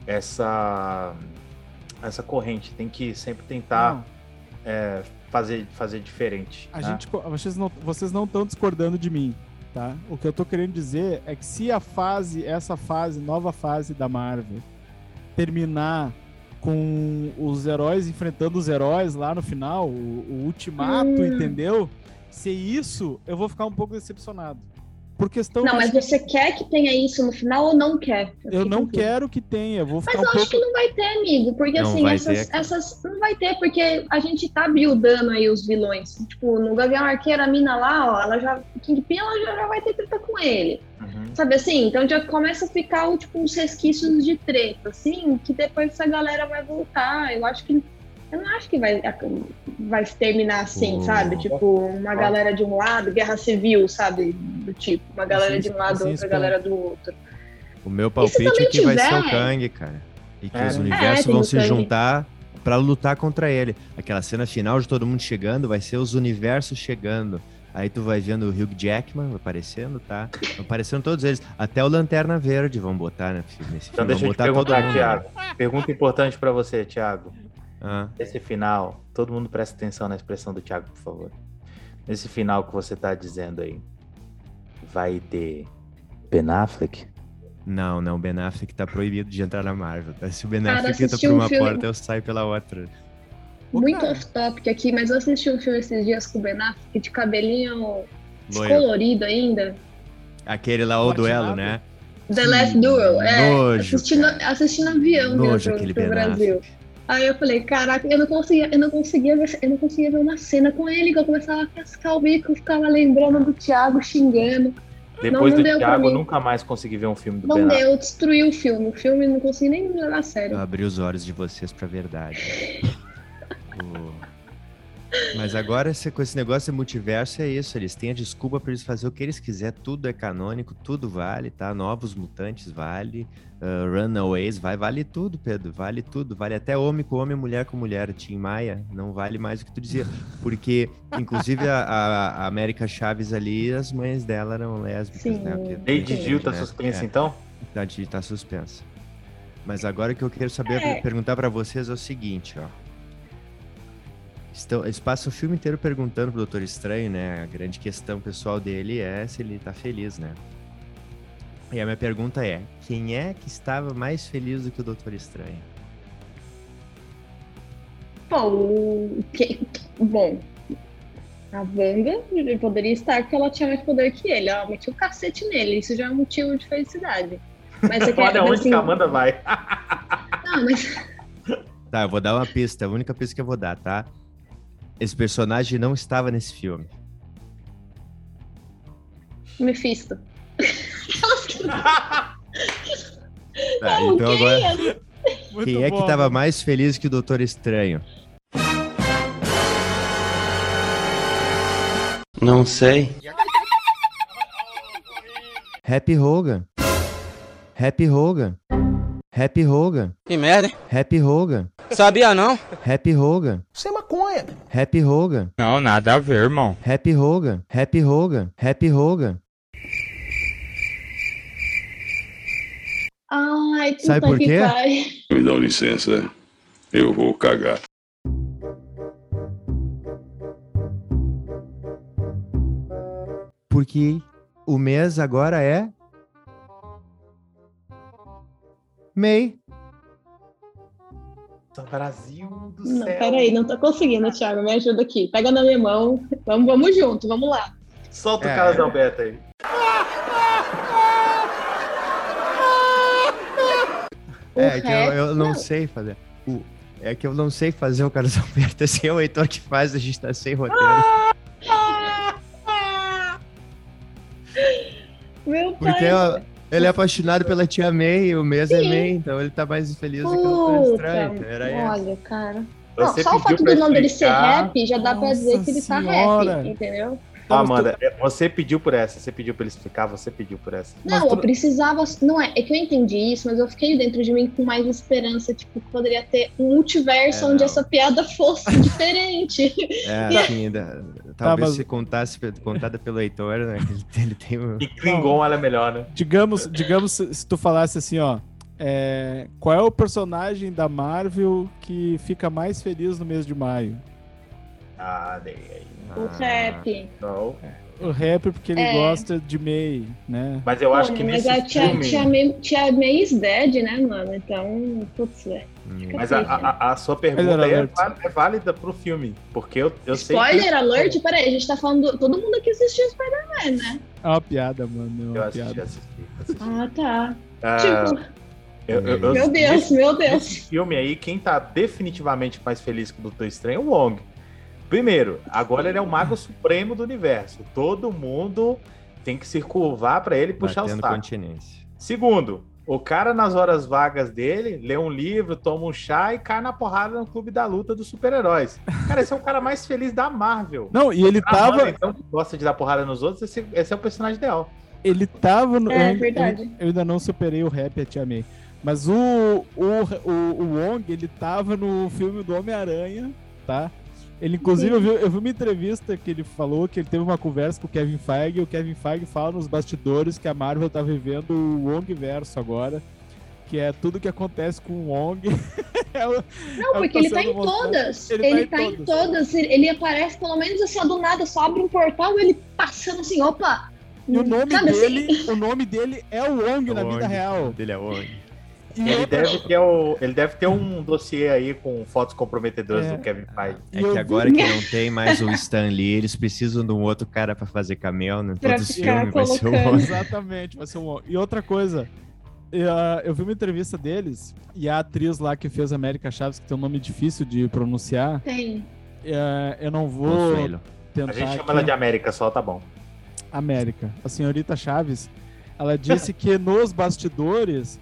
essa, essa corrente. Tem que sempre tentar é, fazer, fazer diferente.
A
né?
gente, vocês não vocês não estão discordando de mim. Tá? O que eu tô querendo dizer é que se a fase, essa fase, nova fase da Marvel, terminar com os heróis enfrentando os heróis lá no final, o, o ultimato, hum. entendeu? Se isso, eu vou ficar um pouco decepcionado. Por questão
não,
que
mas você quer que tenha isso no final ou não quer?
Eu, eu não quero que tenha, eu vou ficar
Mas eu
um pouco...
acho que não vai ter, amigo, porque
não
assim, essas,
ter,
essas... Não vai ter, porque a gente tá buildando aí os vilões. Tipo, no Gavião Arqueiro, a mina lá, ó, ela já... Kingpin, ela já, já vai ter treta com ele. Uhum. Sabe assim? Então já começa a ficar, tipo, uns resquícios de treta, assim, que depois essa galera vai voltar. Eu acho que... Eu não acho que vai, vai terminar assim, oh. sabe? Tipo, uma galera de um lado, guerra civil, sabe? Do tipo, uma galera assim, de um lado, assim, outra galera do outro.
O meu palpite é que tiver... vai ser o Kang, cara. E que é. os universos é, vão se Kang. juntar pra lutar contra ele. Aquela cena final de todo mundo chegando, vai ser os universos chegando. Aí tu vai vendo o Hugh Jackman aparecendo, tá? Aparecendo todos eles. Até o Lanterna Verde vão botar né, nesse
então
filme.
Deixa eu te perguntar, Thiago. Pergunta importante pra você, Thiago.
Ah.
Nesse final, todo mundo presta atenção na expressão do Thiago, por favor. Nesse final que você tá dizendo aí, vai ter Ben Affleck?
Não, não, Ben Affleck tá proibido de entrar na Marvel. Tá? Se o Ben Cara, Affleck entra por uma um filme... porta, eu saio pela outra.
Muito off-topic aqui, mas eu assisti um filme esses dias com o Ben Affleck de cabelinho descolorido ainda.
Aquele lá, o duelo, né?
The Last Duel, é.
Nojo,
assistindo, assistindo avião
Nojo,
pro, pro Brasil. Affleck. Aí eu falei, caraca, eu não conseguia, eu não conseguia ver, eu não conseguia ver uma cena com ele, que eu começava a cascar o bico, eu ficava lembrando do Thiago xingando.
Depois
não, não
do
deu
Thiago, eu nunca mais consegui ver um filme do
Não
Ben
deu, eu destruí o filme, o filme não consegui nem levar a sério.
Eu abri os olhos de vocês pra verdade. o... Mas agora, com esse negócio de multiverso, é isso, eles têm a desculpa pra eles fazer o que eles quiserem, tudo é canônico, tudo vale, tá? Novos Mutantes vale, uh, Runaways vai, vale tudo, Pedro, vale tudo, vale até homem com homem, mulher com mulher, Tim Maia, não vale mais o que tu dizia, porque, inclusive, a, a América Chaves ali, as mães dela eram lésbicas,
sim,
né?
Lady Gil tá suspensa, é, então?
Lady Gil tá suspensa. Mas agora o que eu quero saber, é. perguntar pra vocês é o seguinte, ó. Então, eles passam o filme inteiro perguntando pro Doutor Estranho, né? A grande questão pessoal dele é se ele tá feliz, né? E a minha pergunta é, quem é que estava mais feliz do que o Doutor Estranho?
Bom, que... Bom, a Wanda poderia estar porque ela tinha mais poder que ele. Ela metia o cacete nele, isso já é um motivo de felicidade. Mas você
Olha
quer,
onde
assim...
que a Amanda vai.
Não, mas...
Tá, eu vou dar uma pista, a única pista que eu vou dar, tá? Esse personagem não estava nesse filme.
Mephisto.
Tá, não, então agora...
Muito
quem é
bom,
que estava
né?
mais feliz que o Doutor Estranho?
Não sei.
Happy Hogan. Happy Hogan. Happy Hogan.
Que merda, hein?
Happy Hogan.
Sabia não?
Happy Hogan.
Sem maconha.
Happy Hogan.
Não, nada a ver, irmão.
Happy Hogan. Happy Hogan. Happy Hogan.
Ai, puta
Sabe por
que
quê?
pariu.
Me dá licença, eu vou cagar.
Porque o mês agora é... May.
Brasil do
Não,
céu.
peraí, não tô conseguindo, Thiago. Me ajuda aqui. Pega na minha mão. Vamos, vamos junto, vamos lá.
Solta
É.
o Carlos Alberto aí.
É que eu,
rap-
eu não,
não.
sei fazer. O, é que eu não sei fazer o Carlos Alberto. Assim, é o Heitor que faz, a gente tá sem roteiro.
Meu
Porque
pai.
ó, ele é apaixonado pela tia May, o mês é May, então ele tá mais feliz do que o Doutor Estranho.
Puta,
Era essa.
olha, cara. Não,
Você
só o
pediu
fato
pra
do nome dele ser
explicar-
rap já dá pra dizer
Nossa
que ele tá
senhora.
rap, entendeu?
Ah, Amanda, você pediu por essa, você pediu pra ele explicar, você pediu por essa.
Não,
Mas tu-
eu precisava. Não é, é que eu entendi isso, mas eu fiquei dentro de mim com mais esperança, tipo, que poderia ter um multiverso
É,
onde
não.
essa piada fosse diferente.
É, assim, da- talvez
mas-
se contasse, contada pelo Heitor, né? que Ele, tem- ele tem um...
E Klingon ela é melhor, né?
Digamos, digamos se se tu falasse assim, ó. é, qual é o personagem da Marvel que fica mais feliz no mês de maio?
Ah, dei aí.
O rap.
Não.
O rap, porque ele
É.
gosta de May, né?
Mas eu acho que
mas
nesse
a tia,
filme...
tia, May, tia May is dead, né, mano? Então, putz, velho. Fica
Mas a,
triste, né?
a, a sua pergunta
Spoiler
aí é,
alert.
vá- é válida pro filme. Porque eu, eu sei
Spoiler
que...
alert? Peraí, a gente tá falando. Todo mundo aqui assistiu Spider-Man, né?
É uma piada, mano. É uma
Eu assisti,
piada.
assisti, assisti.
Ah, tá.
Ah,
Tipo,
eu- eu- eu-
meu Deus,
nesse-
meu Deus.
Nesse filme aí, quem tá definitivamente mais feliz com o Doutor Estranho é o Wong. Primeiro, agora ele é o mago supremo do universo. Todo mundo tem que se curvar pra ele e puxar o
Batendo
saco.
continência.
Segundo, o cara nas horas vagas dele lê um livro, toma um chá e cai na porrada no clube da luta dos super-heróis. Cara, esse é o cara mais feliz da Marvel.
Não, e ele
Ah,
tava.
mano, então, que gosta de dar porrada nos outros, esse, esse é o personagem ideal.
Ele tava no.
É,
eu, ainda-
verdade.
Eu, eu ainda não superei o rap, a Tia May. Mas o, o, o, o Wong, ele tava no filme do Homem-Aranha, tá? Ele, inclusive, eu vi, eu vi uma entrevista que ele falou que ele teve uma conversa com o Kevin Feige, e o Kevin Feige fala nos bastidores que a Marvel tá vivendo o Wong-verso agora, que é tudo que acontece com o Wong. É o-
Não,
é o que
porque ele tá
sendo
em
mostrado.
todas.
Ele
Ele,
tá
tá,
em
em todas. Ele ele aparece, pelo menos assim, ó, do nada, só abre um portal e ele passando assim, opa.
E o nome
Sabe
dele,
assim?
o nome dele é o Wong na vida real.
Dele é Wong.
E
Ele
outra-
deve, ter o, ele deve ter um dossiê aí com fotos comprometedoras
É.
do Kevin Feige.
É
E eu
que
vi-
agora que não tem mais o Stan Lee, eles precisam de um outro cara pra fazer cameo em
Pra
todos os
ficar
filmes, vai ser o
colocando.
Wong.
Exatamente, vai ser um Wong. E outra coisa, eu, ah, eu vi uma entrevista deles e a atriz lá que fez América Chaves, que tem um nome difícil de pronunciar,
Tem.
eh, eu não vou
Consuelo.
tentar
A gente chama
aqui-
ela de América só, tá bom.
América. A senhorita Chaves, ela disse que nos bastidores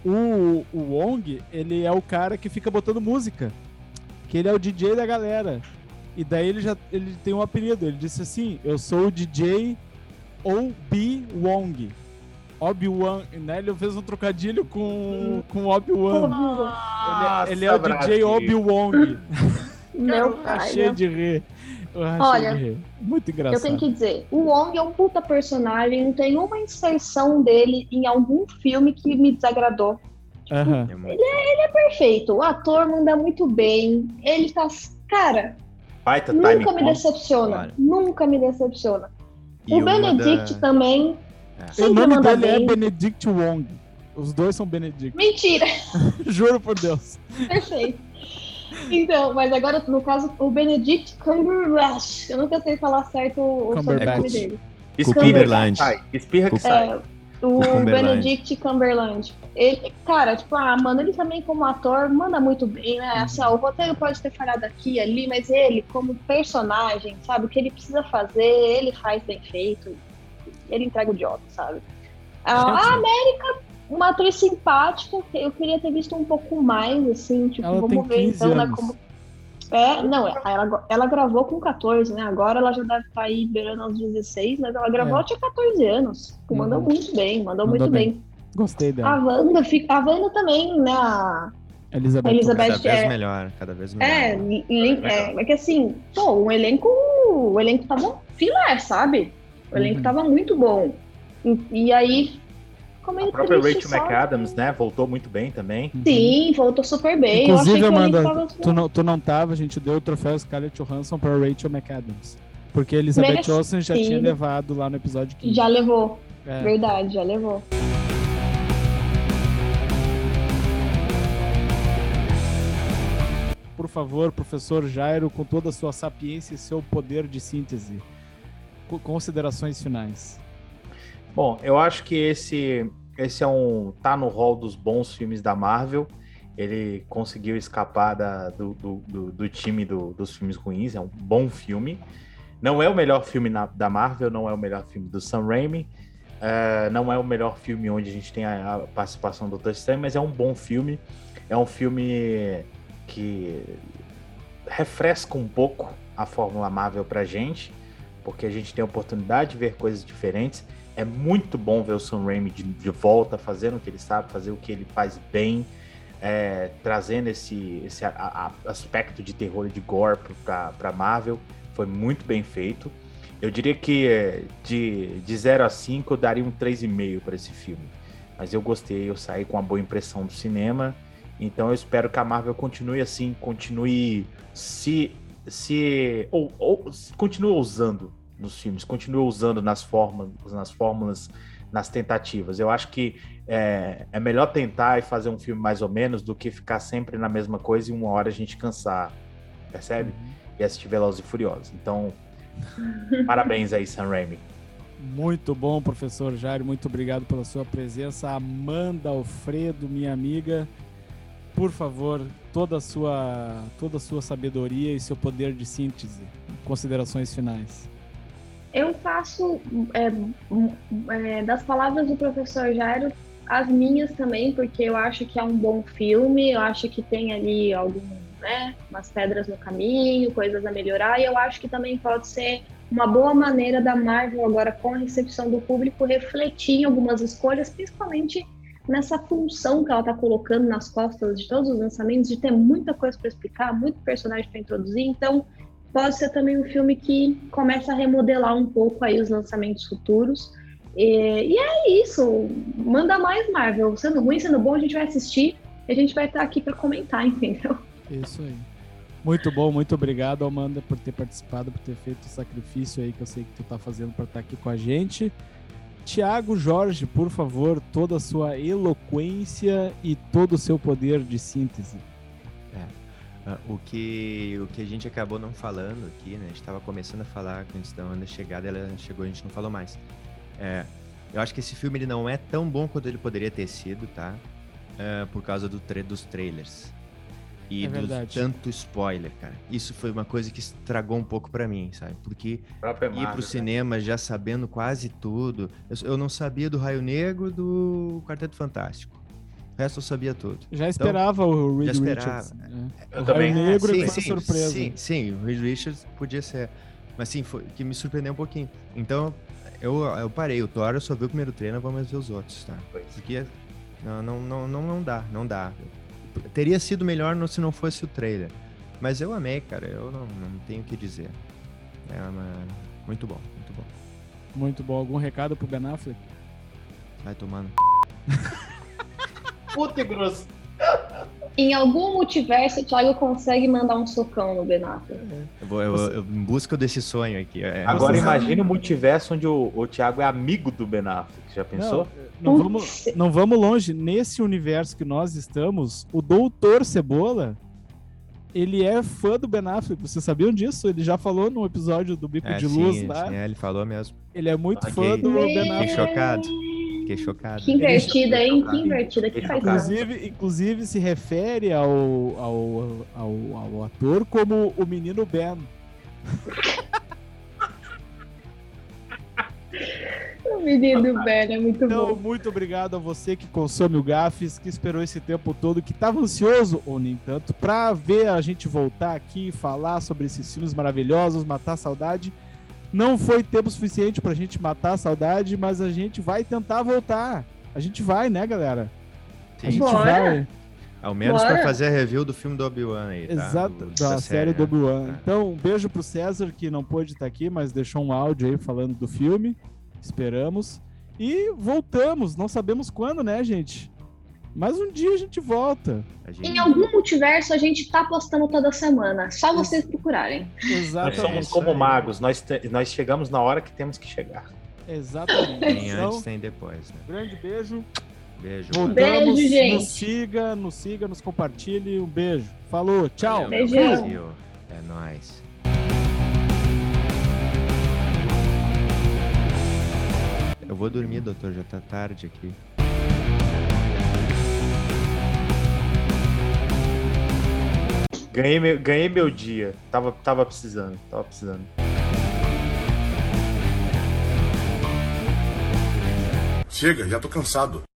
o, o Wong, ele é o cara que fica botando música, que ele é o D J da galera. E daí ele já ele tem um apelido, ele disse assim, eu sou o D J Obi Wong. Obi-Wan, né? Ele fez um trocadilho com, com Obi-Wan. Ele, ele é o D J
Brasil.
Obi-Wong.
Meu
Tá
pai.
cheio
meu-
de rir. Eu rachei
Olha,
de rir. Muito
Eu
engraçado.
tenho que dizer, o Wong é um puta personagem, não tem uma inserção dele em algum filme que me desagradou.
Aham.
É muito-
Perfeito, o ator manda muito bem, ele tá. Cara,
Baita time
nunca me
bom.
decepciona.
Claro.
Nunca me decepciona.
E
o
uma
Benedict
da-
também
É.
O
sempre
nome
manda
dele é
bem.
Benedict Wong. Os dois são Benedict.
Mentira,
Juro por Deus.
perfeito. Então, mas agora, no caso, o Benedict Cumberbatch. Eu nunca sei falar certo o
Cumberbatch.
sobrenome dele.
Espirra
Cumberland.
que sai. Espirra que sai.
É, o
Cumberland.
Benedict Cumberland. Ele, cara, tipo, ah, mano, ele também como ator manda muito bem, né? Assim, ó, o roteiro pode ter falhado aqui e ali, mas ele, como personagem, sabe? O que ele precisa fazer, ele faz bem feito. Ele entrega o job, sabe? A, a América, uma atriz simpática, eu queria ter visto um pouco mais, assim, tipo,
Ela tem
vamos ver
quinze
então, né,
anos.
como. É, não, ela, ela gravou com catorze, né? Agora ela já deve estar aí beirando aos dezesseis, mas ela gravou,
É.
ela tinha catorze anos. Mandou
Uhum.
muito bem, mandou,
Mandou
muito
bem.
bem.
Gostei
A
dela.
Wanda, fica- a Wanda também, né? A,
Elizabeth,
Elizabeth
Cada vez
é,
melhor, cada vez melhor.
é, lin- é, é que assim, pô, o elenco, o elenco tava filé, sabe? O elenco
Uhum.
tava muito bom. E, e aí, ficou meio
A própria
triste
Rachel
só.
McAdams, né? Voltou muito bem também.
Sim, voltou super bem.
Inclusive,
eu achei que
Amanda,
o elenco tava...
tu não, tu não tava, a gente deu o troféu Scarlett Johansson pra Rachel McAdams. Porque Elizabeth
Merecido.
Olsen já tinha levado lá no episódio quinze.
Já levou,
É.
verdade, já levou.
Por favor, professor Jairo, com toda a sua sapiência e seu poder de síntese, co- considerações finais.
Bom, eu acho que esse, esse é um. Tá no hall dos bons filmes da Marvel. Ele conseguiu escapar da, do, do, do, do time do, dos filmes ruins. É um bom filme. Não é o melhor filme na, da Marvel, não é o melhor filme do Sam Raimi. Uh, não é o melhor filme onde a gente tem a, a participação do doutor Estranho, mas é um bom filme. É um filme que refresca um pouco a Fórmula Marvel pra gente, porque a gente tem a oportunidade de ver coisas diferentes. É muito bom ver o Sam Raimi de, de volta, fazendo o que ele sabe, fazer o que ele faz bem, é, trazendo esse, esse a, a, aspecto de terror e de gore pra, pra Marvel. Foi muito bem feito. Eu diria que de, de zero a cinco eu daria um três vírgula cinco para esse filme. Mas eu gostei, eu saí com uma boa impressão do cinema. Então eu espero que a Marvel continue assim, continue se... se ou, ou continue usando nos filmes, continue usando nas fórmulas, nas fórmulas, nas tentativas. Eu acho que é, é melhor tentar e fazer um filme mais ou menos do que ficar sempre na mesma coisa e uma hora a gente cansar, percebe? Uhum. E assistir Velozes e Furiosos. Então, parabéns aí, Sam Raimi.
Muito bom, professor Jairo. Muito obrigado pela sua presença. Amanda Alfredo, minha amiga, por favor, toda a sua, toda a sua sabedoria e seu poder de síntese. Considerações finais.
Eu faço é, é, das palavras do professor Jairo as minhas também, porque eu acho que é um bom filme, eu acho que tem ali algum, né, umas pedras no caminho, coisas a melhorar, e eu acho que também pode ser uma boa maneira da Marvel agora, com a recepção do público, refletir em algumas escolhas, principalmente nessa função que ela está colocando nas costas de todos os lançamentos, de ter muita coisa para explicar, muito personagem para introduzir. Então pode ser também um filme que começa a remodelar um pouco aí os lançamentos futuros. E, e é isso, manda mais, Marvel, sendo ruim, sendo bom, a gente vai assistir e a gente vai estar aqui para comentar, entendeu?
Isso aí. Muito bom, muito obrigado, Amanda, por ter participado, por ter feito o sacrifício aí que eu sei que tu tá fazendo para estar aqui com a gente. Tiago Jorge, por favor, toda a sua eloquência e todo o seu poder de síntese.
É. O que, o que a gente acabou não falando aqui, né? A gente estava começando a falar antes da Amanda chegar, ela chegou, a gente não falou mais. É, eu acho que esse filme ele não é tão bom quanto ele poderia ter sido, tá? É, por causa do tra- dos trailers. E
é
do tanto spoiler, cara. Isso foi uma coisa que estragou um pouco pra mim, sabe? Porque ir pro cinema já sabendo quase tudo. Eu, eu não sabia do Raio Negro, do Quarteto Fantástico. O resto eu sabia tudo.
Já esperava então, o Reed Richards.
Né?
O Raio Negro
sim,
foi
sim,
surpresa.
Sim, sim, o Reed Richards podia ser. Mas sim, foi que me surpreendeu um pouquinho. Então, eu, eu parei. O Thor eu só vi o primeiro trailer, vamos ver os outros, tá? Porque não, não, não, não, não dá, não dá. Teria sido melhor no, se não fosse o trailer. Mas eu amei, cara. Eu não, não tenho o que dizer. É uma... muito bom, muito bom.
Muito bom. Algum recado pro Ben Affleck?
Vai tomando.
Puta e grosso.
Em algum multiverso, o Thiago consegue mandar um socão no Ben Affleck.
Eu vou eu, eu, em busca desse sonho aqui. É,
Agora imagine o multiverso onde o, o Thiago é amigo do Ben Affleck. Já pensou?
Não, não, vamos, não vamos longe. Nesse universo que nós estamos, o Doutor Cebola, ele é fã do Ben Affleck. Vocês sabiam disso? Ele já falou no episódio do Bico
é,
de
sim,
Luz lá.
Sim, é, ele falou mesmo.
Ele é muito
okay.
fã do Ben Affleck.
Fiquei chocado. Fiquei chocado.
Que invertida, hein? Que invertida. Que faz
inclusive, inclusive se refere ao, ao, ao, ao ator como o menino Ben.
O menino Ben é muito
então,
bom.
Muito obrigado a você que consome o Gafes, que esperou esse tempo todo, que estava ansioso, ou nem tanto, para ver a gente voltar aqui e falar sobre esses filmes maravilhosos, matar a saudade. Não foi tempo suficiente pra gente matar a saudade, mas a gente vai tentar voltar. A gente vai, né, galera?
Sim.
A gente
Bora.
vai.
Ao menos
Bora.
pra fazer a review do filme do Obi-Wan aí, tá?
Exato,
Do-
da, série do
né?
Obi-Wan.
Tá.
Então, um beijo pro César, que não pôde estar aqui, mas deixou um áudio aí falando do filme. Esperamos. E voltamos, não sabemos quando, né, gente? Mas um dia a gente volta.
A gente...
Em algum multiverso a gente tá postando toda semana. Só vocês procurarem.
Nós
Exatamente.
somos
isso
como
aí.
magos, nós, te- nós chegamos na hora que temos que chegar.
Exatamente.
Tem
Então,
antes, tem depois, né?
grande beijo.
Beijo.
Voltamos.
Beijo, gente.
Nos siga, nos siga, nos compartilhe. Um beijo. Falou, tchau.
Valeu, meu
Beijão.
Brasil. É nóis. Eu vou dormir, doutor, já tá tarde aqui.
Ganhei meu, ganhei meu dia. Tava, tava precisando, tava precisando.
Chega, já tô cansado.